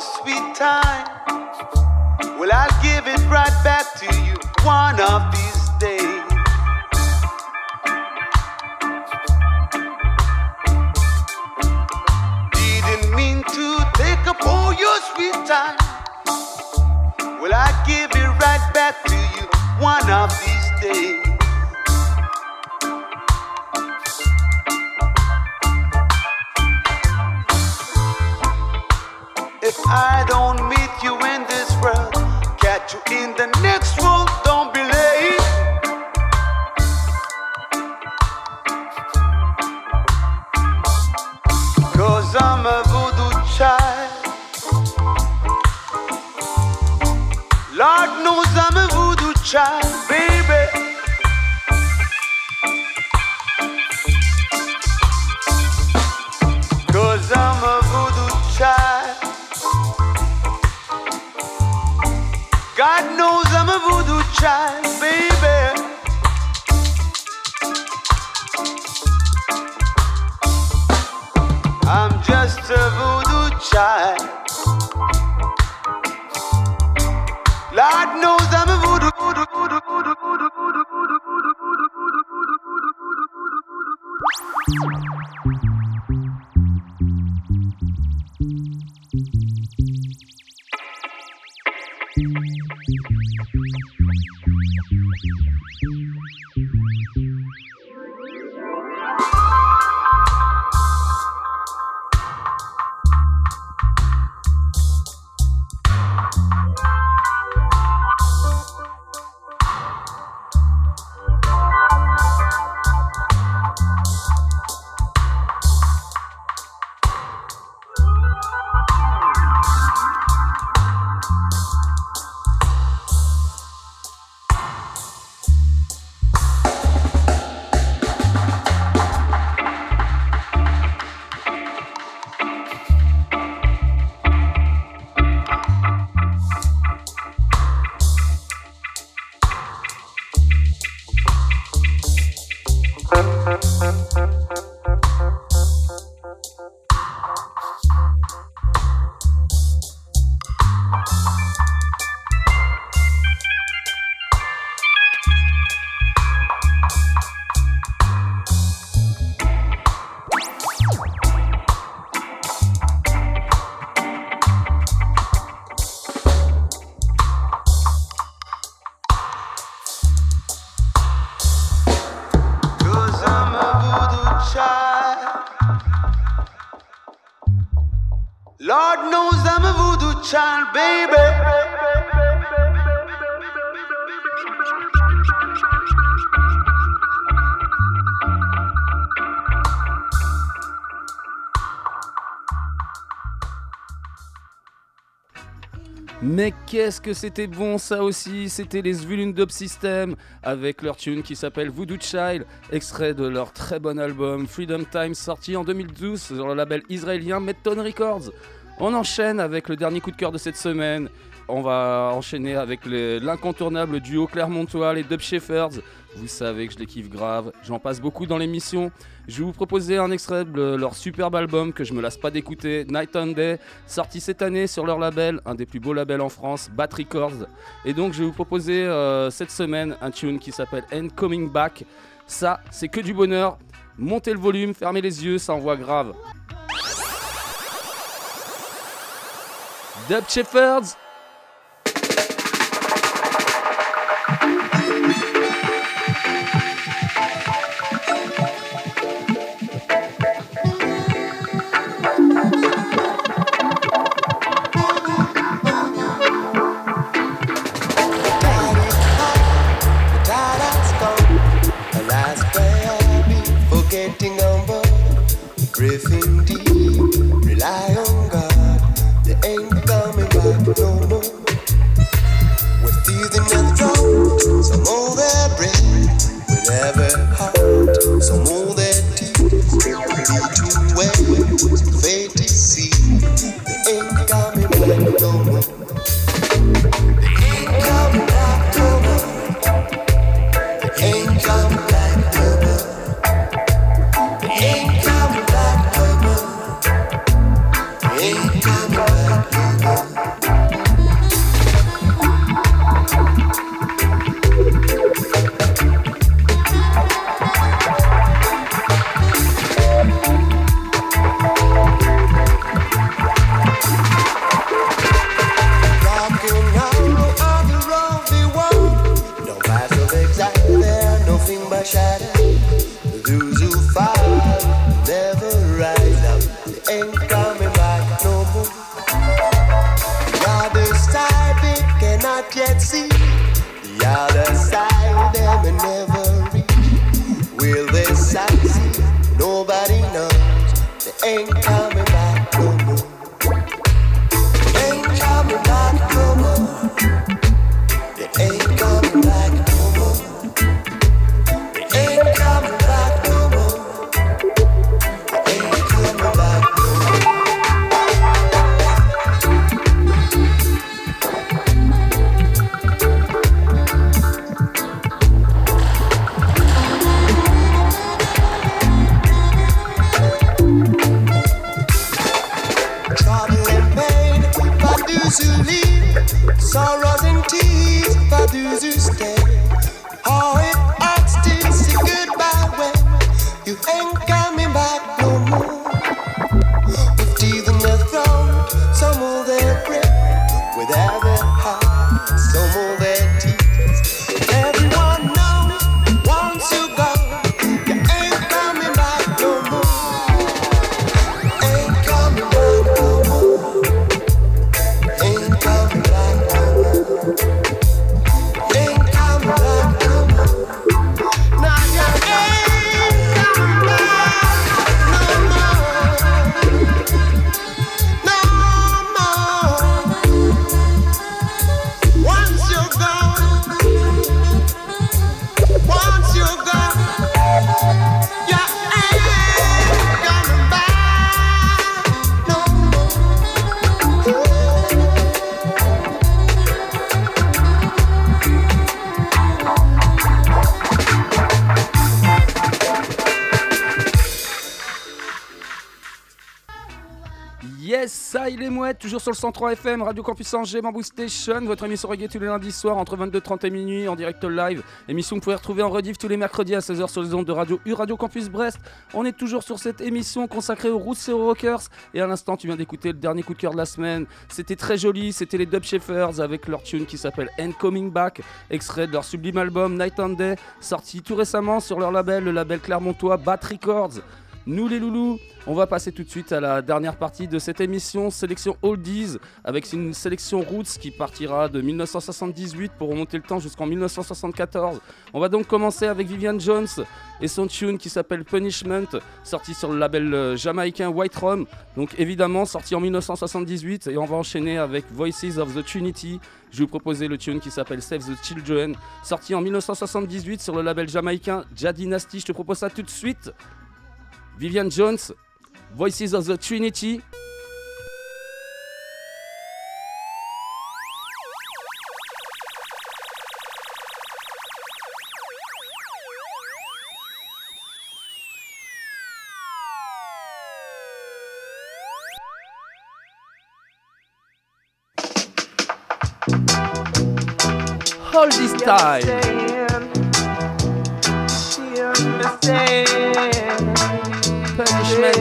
sweet time. Well, I'll give it right back to you one of these days. Didn't mean to take up all your sweet time. Well, I'll give it right back to you one of these days. If I don't meet you in this world, catch you in the next one, don't be late. Cause I'm a voodoo child. Lord knows I'm a voodoo child, baby. Cause I'm a voodoo child. God knows I'm a voodoo child, baby. I'm just a voodoo child. Lord knows I'm a voodoo, voodoo, voodoo, voodoo, voodoo, voodoo, voodoo, voodoo, voodoo, voodoo, voodoo, voodoo, voodoo. Lord knows I'm a voodoo child, baby. Mais qu'est-ce que c'était bon ça aussi, c'était les Zvulun Dope System avec leur tune qui s'appelle Voodoo Child, extrait de leur très bon album Freedom Time sorti en 2012 sur le label israélien Medton Records. On enchaîne avec le dernier coup de cœur de cette semaine. On va enchaîner avec l'incontournable duo clermontois, les Dub Shepherds. Vous savez que je les kiffe grave, j'en passe beaucoup dans l'émission. Je vais vous proposer un extrait de leur superbe album que je me lasse pas d'écouter, Night and Day, sorti cette année sur leur label, un des plus beaux labels en France, Bat Records. Et donc je vais vous proposer cette semaine un tune qui s'appelle Ain't Coming Back. Ça, c'est que du bonheur. Montez le volume, fermez les yeux, ça envoie grave. Dub Shepherds. Breathing deep, rely on God. They ain't coming back no more. We're teasing their throat, some hold their breath. With every heart, some hold their tears. Between waves, fate is seen. They ain't coming back no more. They ain't coming back no more. They ain't coming back no more. They ain't coming back no more. ain't coming back no more. The other side they cannot yet see. The other side they may never reach. Will they succeed? Nobody knows. They ain't coming back no more. Ain't coming back no more. They ain't coming back no more. They ain't coming back no more. They ain't coming back no more. Trouble and pain for those who leave, sorrows and tears for those who stay. Oh, it hurts to say goodbye when you ain't coming back no more. With teeth in their throat, some hold their breath without their heart, some hold their tears. Everyone knows once you go, you ain't coming back no more. Ain't coming back no more. Ain't coming back no more. Ain't coming back no more. Now you ain't coming back no more. No more. Once you're gone, once you're gone, you ain't coming back no more. Yes, ça il est mouette, toujours sur le 103 FM, Radio Campus Angers, Bamboo Station, votre émission reggae tous les lundis soirs entre 22h30 et minuit en direct live. Émission que vous pouvez retrouver en rediff tous les mercredis à 16h sur les ondes de Radio U, Radio Campus Brest. On est toujours sur cette émission consacrée aux roots et aux rockers. Et à l'instant, tu viens d'écouter le dernier coup de cœur de la semaine. C'était très joli, c'était les Dub Shepherds avec leur tune qui s'appelle Ain't Coming Back, extrait de leur sublime album Night and Day, sorti tout récemment sur leur label, le label clermontois Bat Records. Nous les loulous, on va passer tout de suite à la dernière partie de cette émission, sélection Oldies, avec une sélection Roots qui partira de 1978 pour remonter le temps jusqu'en 1974. On va donc commencer avec Vivian Jones et son tune qui s'appelle Punishment, sorti sur le label jamaïcain White Rum, donc évidemment sorti en 1978, et on va enchaîner avec Voices of the Trinity. Je vais vous proposer le tune qui s'appelle Save the Children, sorti en 1978 sur le label jamaïcain Jah Dynasty. Je te propose ça tout de suite. Vivian Jones, Voices of the Trinity. All this time. Punishment.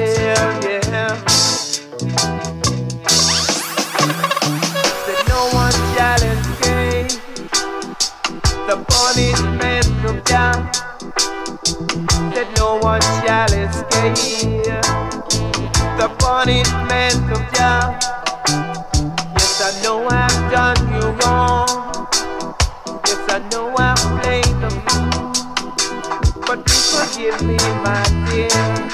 That no one shall escape the punishment of Jah. That no one shall escape the punishment of Jah. Yes, I know I've done you wrong. Yes, I know I've played the fool. But please forgive me, my dear.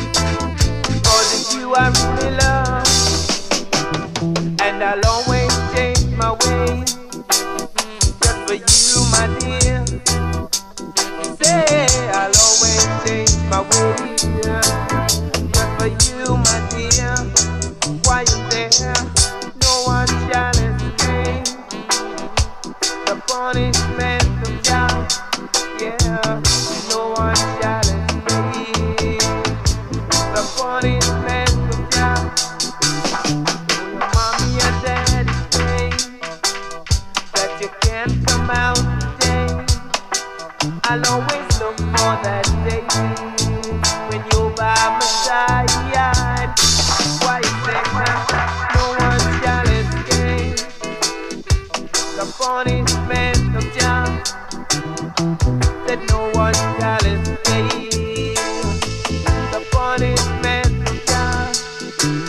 You I really love, and I'll always change my ways just for you, my dear. Say I'll always change my ways just for you, my dear. Why you there? No one shall escape the punishment of Jah. Yeah, no one shall escape the punishment. I'll always look for that day when you're by my side. Why you say that no one shall escape the punishment of Jah? That no one shall escape the punishment of Jah.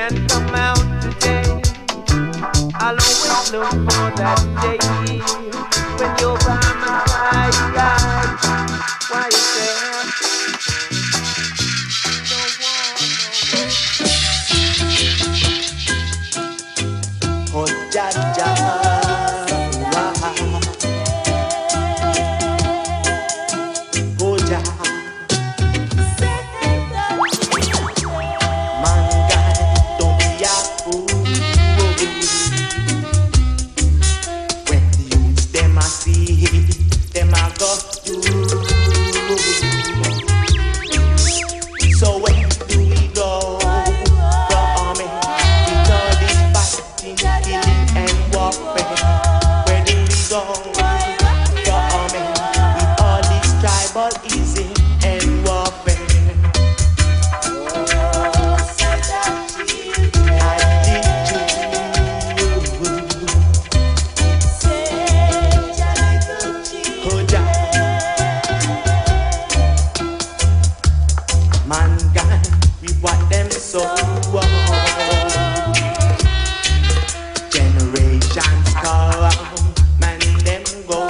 can't come out today. I'll always look for that day when you're by my side. Why is there? Oh, ja, ja. Oh, ja. Mankind, don't be a fool. When the youths them a see, them a go through. So where do we go? Killing and warfare. Where do we go? Coming with all this tribalism and warfare. Mankind, we what them so. Generations come, man them go.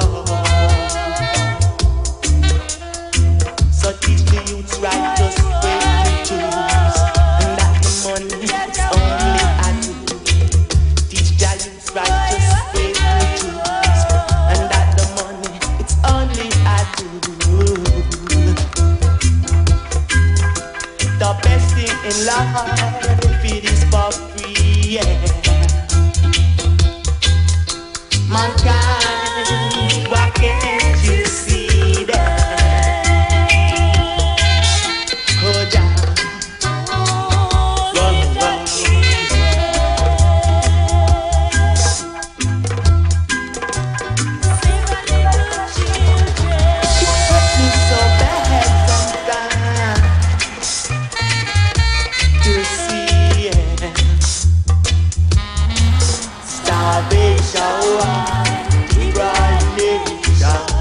So teach the youths righteous way to choose, and that the money is only a tool. Teach the youths righteous way to choose, and that the money it's only a tool. The best thing in life it is for free, yeah. Mankind, why can't you see that? Oh, ja. It's so bad sometimes to see starvation, deprivation.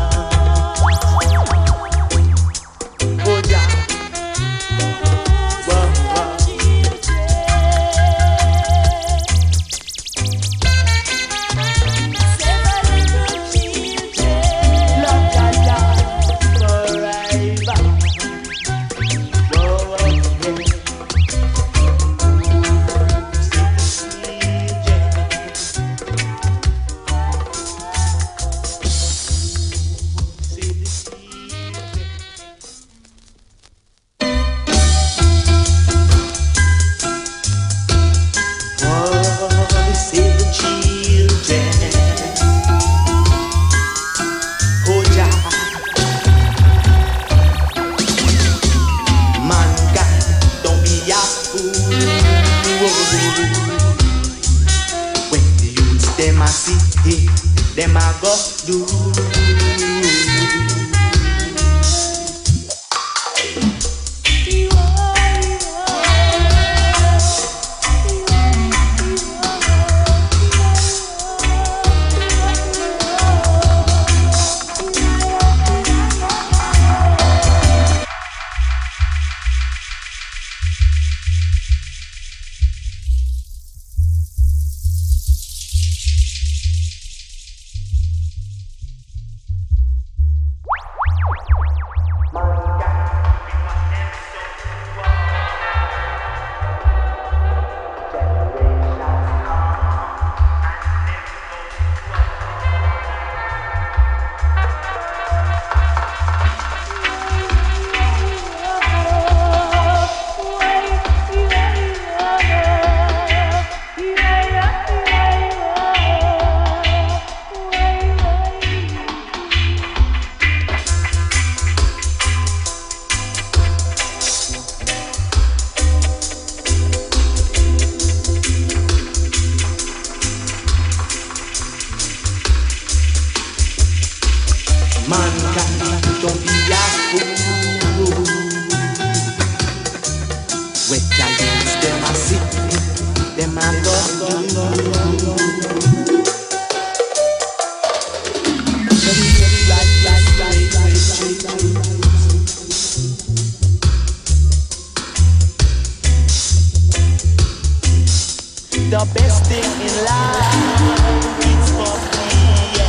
The best thing in life is for me,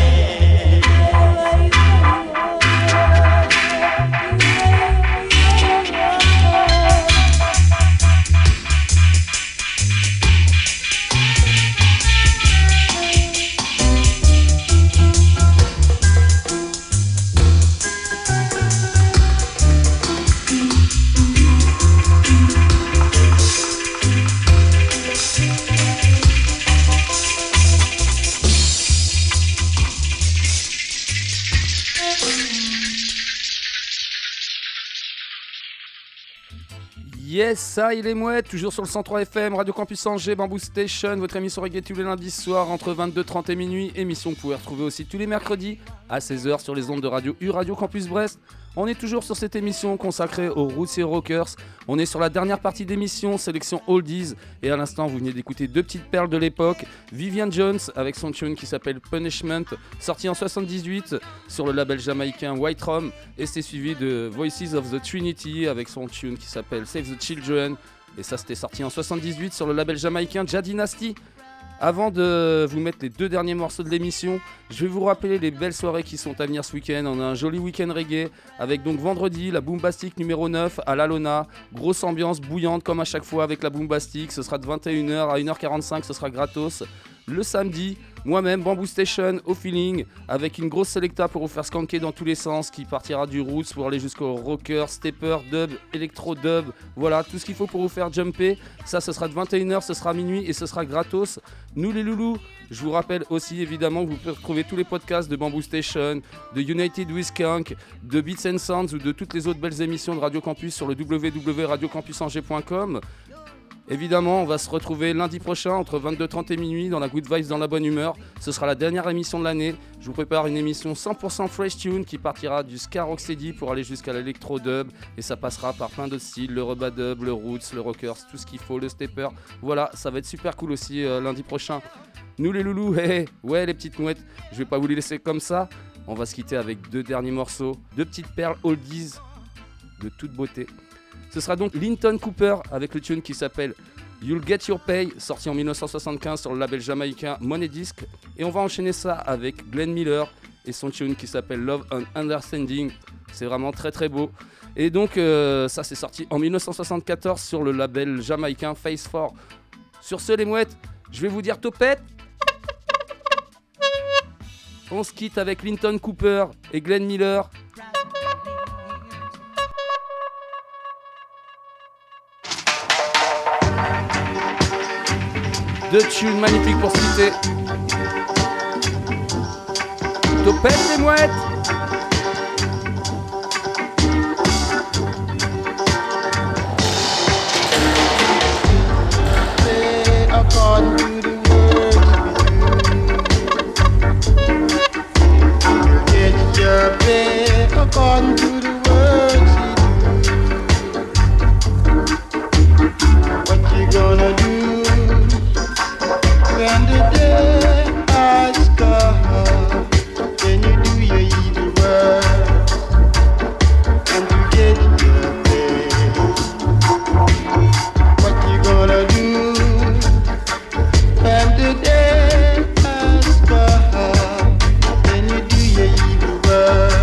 Yes, ça il est mouette, toujours sur le 103 FM, Radio Campus Angers, Bamboo Station, votre émission reggae tous les lundis soirs entre 22h30 et minuit, émission que vous pouvez retrouver aussi tous les mercredis à 16h sur les ondes de Radio U, Radio Campus Brest. On est toujours sur cette émission consacrée aux Roots et Rockers. On est sur la dernière partie d'émission, sélection Oldies. Et à l'instant, vous venez d'écouter deux petites perles de l'époque. Vivian Jones avec son tune qui s'appelle Punishment, sorti en 78 sur le label jamaïcain White Rum. Et c'est suivi de Voices of the Trinity avec son tune qui s'appelle Save the Children. Et ça, c'était sorti en 78 sur le label jamaïcain Jah Dynasty. Avant de vous mettre les deux derniers morceaux de l'émission, je vais vous rappeler les belles soirées qui sont à venir ce week-end. On a un joli week-end reggae avec donc vendredi la Boombastic numéro 9 à La Lona. Grosse ambiance bouillante comme à chaque fois avec la Boombastic. Ce sera de 21h à 1h45, ce sera gratos. Le samedi, moi-même, Bamboo Station au feeling avec une grosse selecta pour vous faire skanker dans tous les sens qui partira du roots pour aller jusqu'au rocker, stepper, dub, électro dub. Voilà, tout ce qu'il faut pour vous faire jumper. Ça, ce sera de 21h, ce sera minuit et ce sera gratos. Nous les loulous, je vous rappelle aussi évidemment que vous pouvez retrouver tous les podcasts de Bamboo Station, de United with Skunk, de Beats and Sounds ou de toutes les autres belles émissions de Radio Campus sur le www.radiocampusangers.com. Évidemment, on va se retrouver lundi prochain entre 22h30 et minuit dans la Good Vibes, dans la bonne humeur. Ce sera la dernière émission de l'année. Je vous prépare une émission 100% fresh tune qui partira du ska rocksteady pour aller jusqu'à l'électro dub. Et ça passera par plein d'autres styles, le rubba dub, le roots, le rockers, tout ce qu'il faut, le stepper. Voilà, ça va être super cool aussi lundi prochain. Nous les loulous, ouais les petites mouettes, je vais pas vous les laisser comme ça. On va se quitter avec deux derniers morceaux, deux petites perles oldies de toute beauté. Ce sera donc Linton Cooper avec le tune qui s'appelle You'll Get Your Pay, sorti en 1975 sur le label jamaïcain Money Disc. Et on va enchaîner ça avec Glenn Miller et son tune qui s'appelle Love and Understanding. C'est vraiment très très beau. Et donc ça c'est sorti en 1974 sur le label jamaïcain Face 4. Sur ce les mouettes, je vais vous dire topette. On se quitte avec Linton Cooper et Glenn Miller. Deux tunes magnifiques pour se quitter. Topette les mouettes. According to the words you do, what you gonna do when the day has come? Then you do your evil work and you get your pay. What you gonna do when the day has come? Then you do your evil work.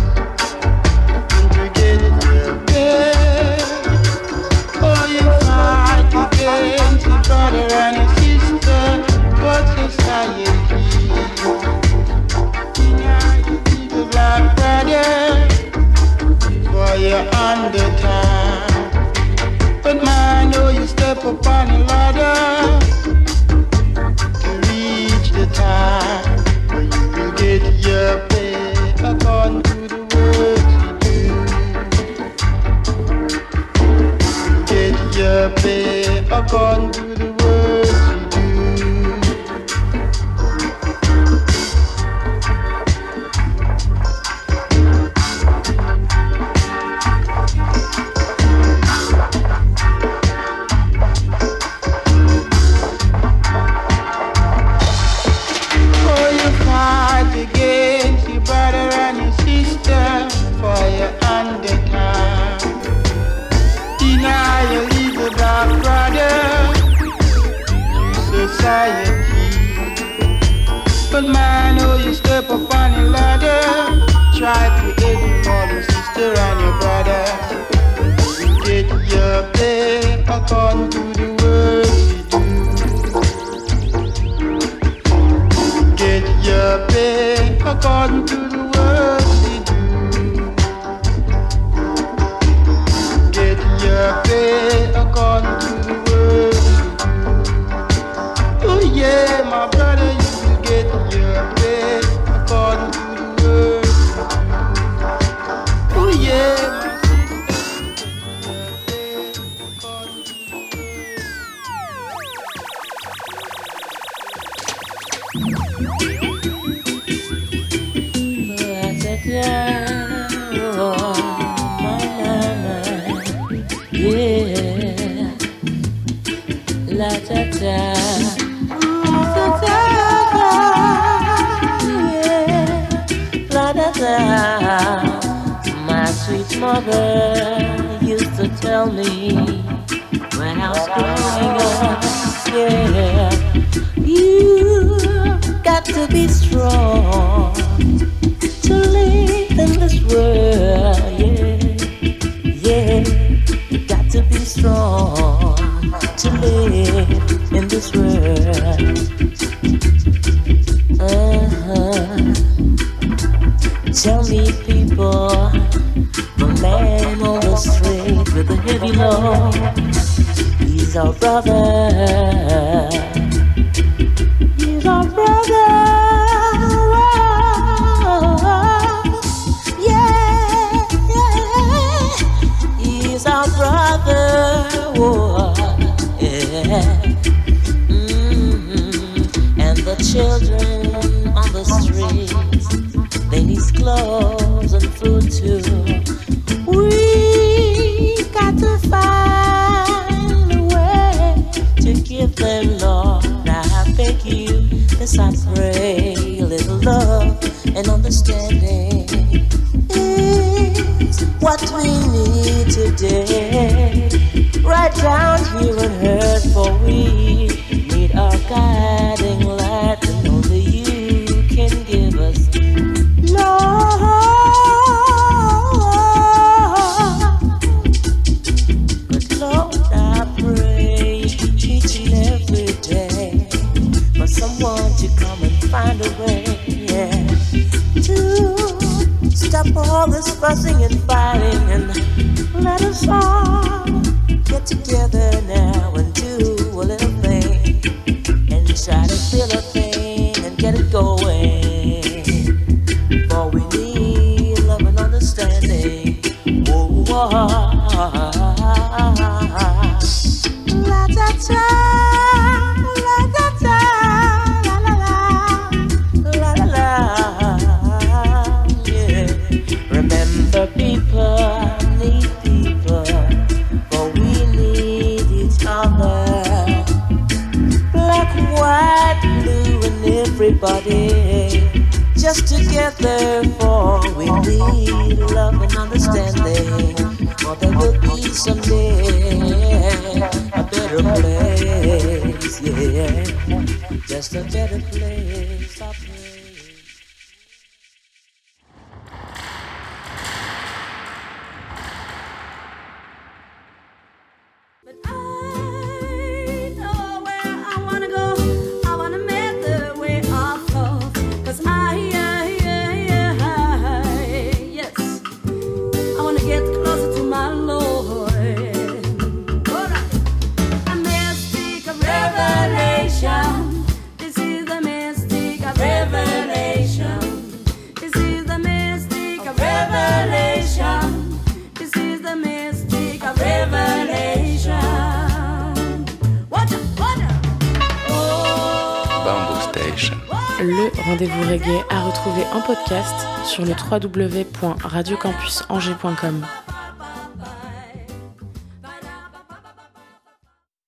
Brother and a sister, but society deny the black brother, for you're under time. But man, know you step upon a ladder to reach the time where you will get your pay according to the work you do. You get your pay according to the words you Oh, you fight against your brother and your sister, for you're under time. Deny your evil black brother. brother. You get your pay according to the work you do. Get your pay according to the work you do. Get your pay according to the work you do. Oh yeah, my brother, you will get your pay according to the work you do. Oh yeah. La da da, la da da. My sweet mother used to tell me when I was growing up, yeah, you got to be strong to live in this world, yeah, yeah. You got to be strong to live in this world. Tell me, people, the man on the street with the heavy load, he's our brother. He's our brother. Yeah, yeah. He's our brother. Whoa. And the children on the streets, they need clothes and food too. We got to find a way to give them, Lord. I beg you, this I pray, a little love and understanding is what we need today. Right down here on earth, for we need our guiding light, and only you can give us, Lord. But Lord, I pray each and every day for someone to come and find a way, yeah, to stop all this fussing and fighting and let us all get together now and do a little thing and try to feel a thing and get it going. For we need love and understanding. Oh, la da da, la da da, la la la, la la la, yeah. Remember, people need people. Black, white, blue, and everybody just together, for we need love and understanding. For there will be someday a better place, yeah, just a better place, I pray. Le rendez-vous reggae à retrouver en podcast sur le www.radiocampusangers.com.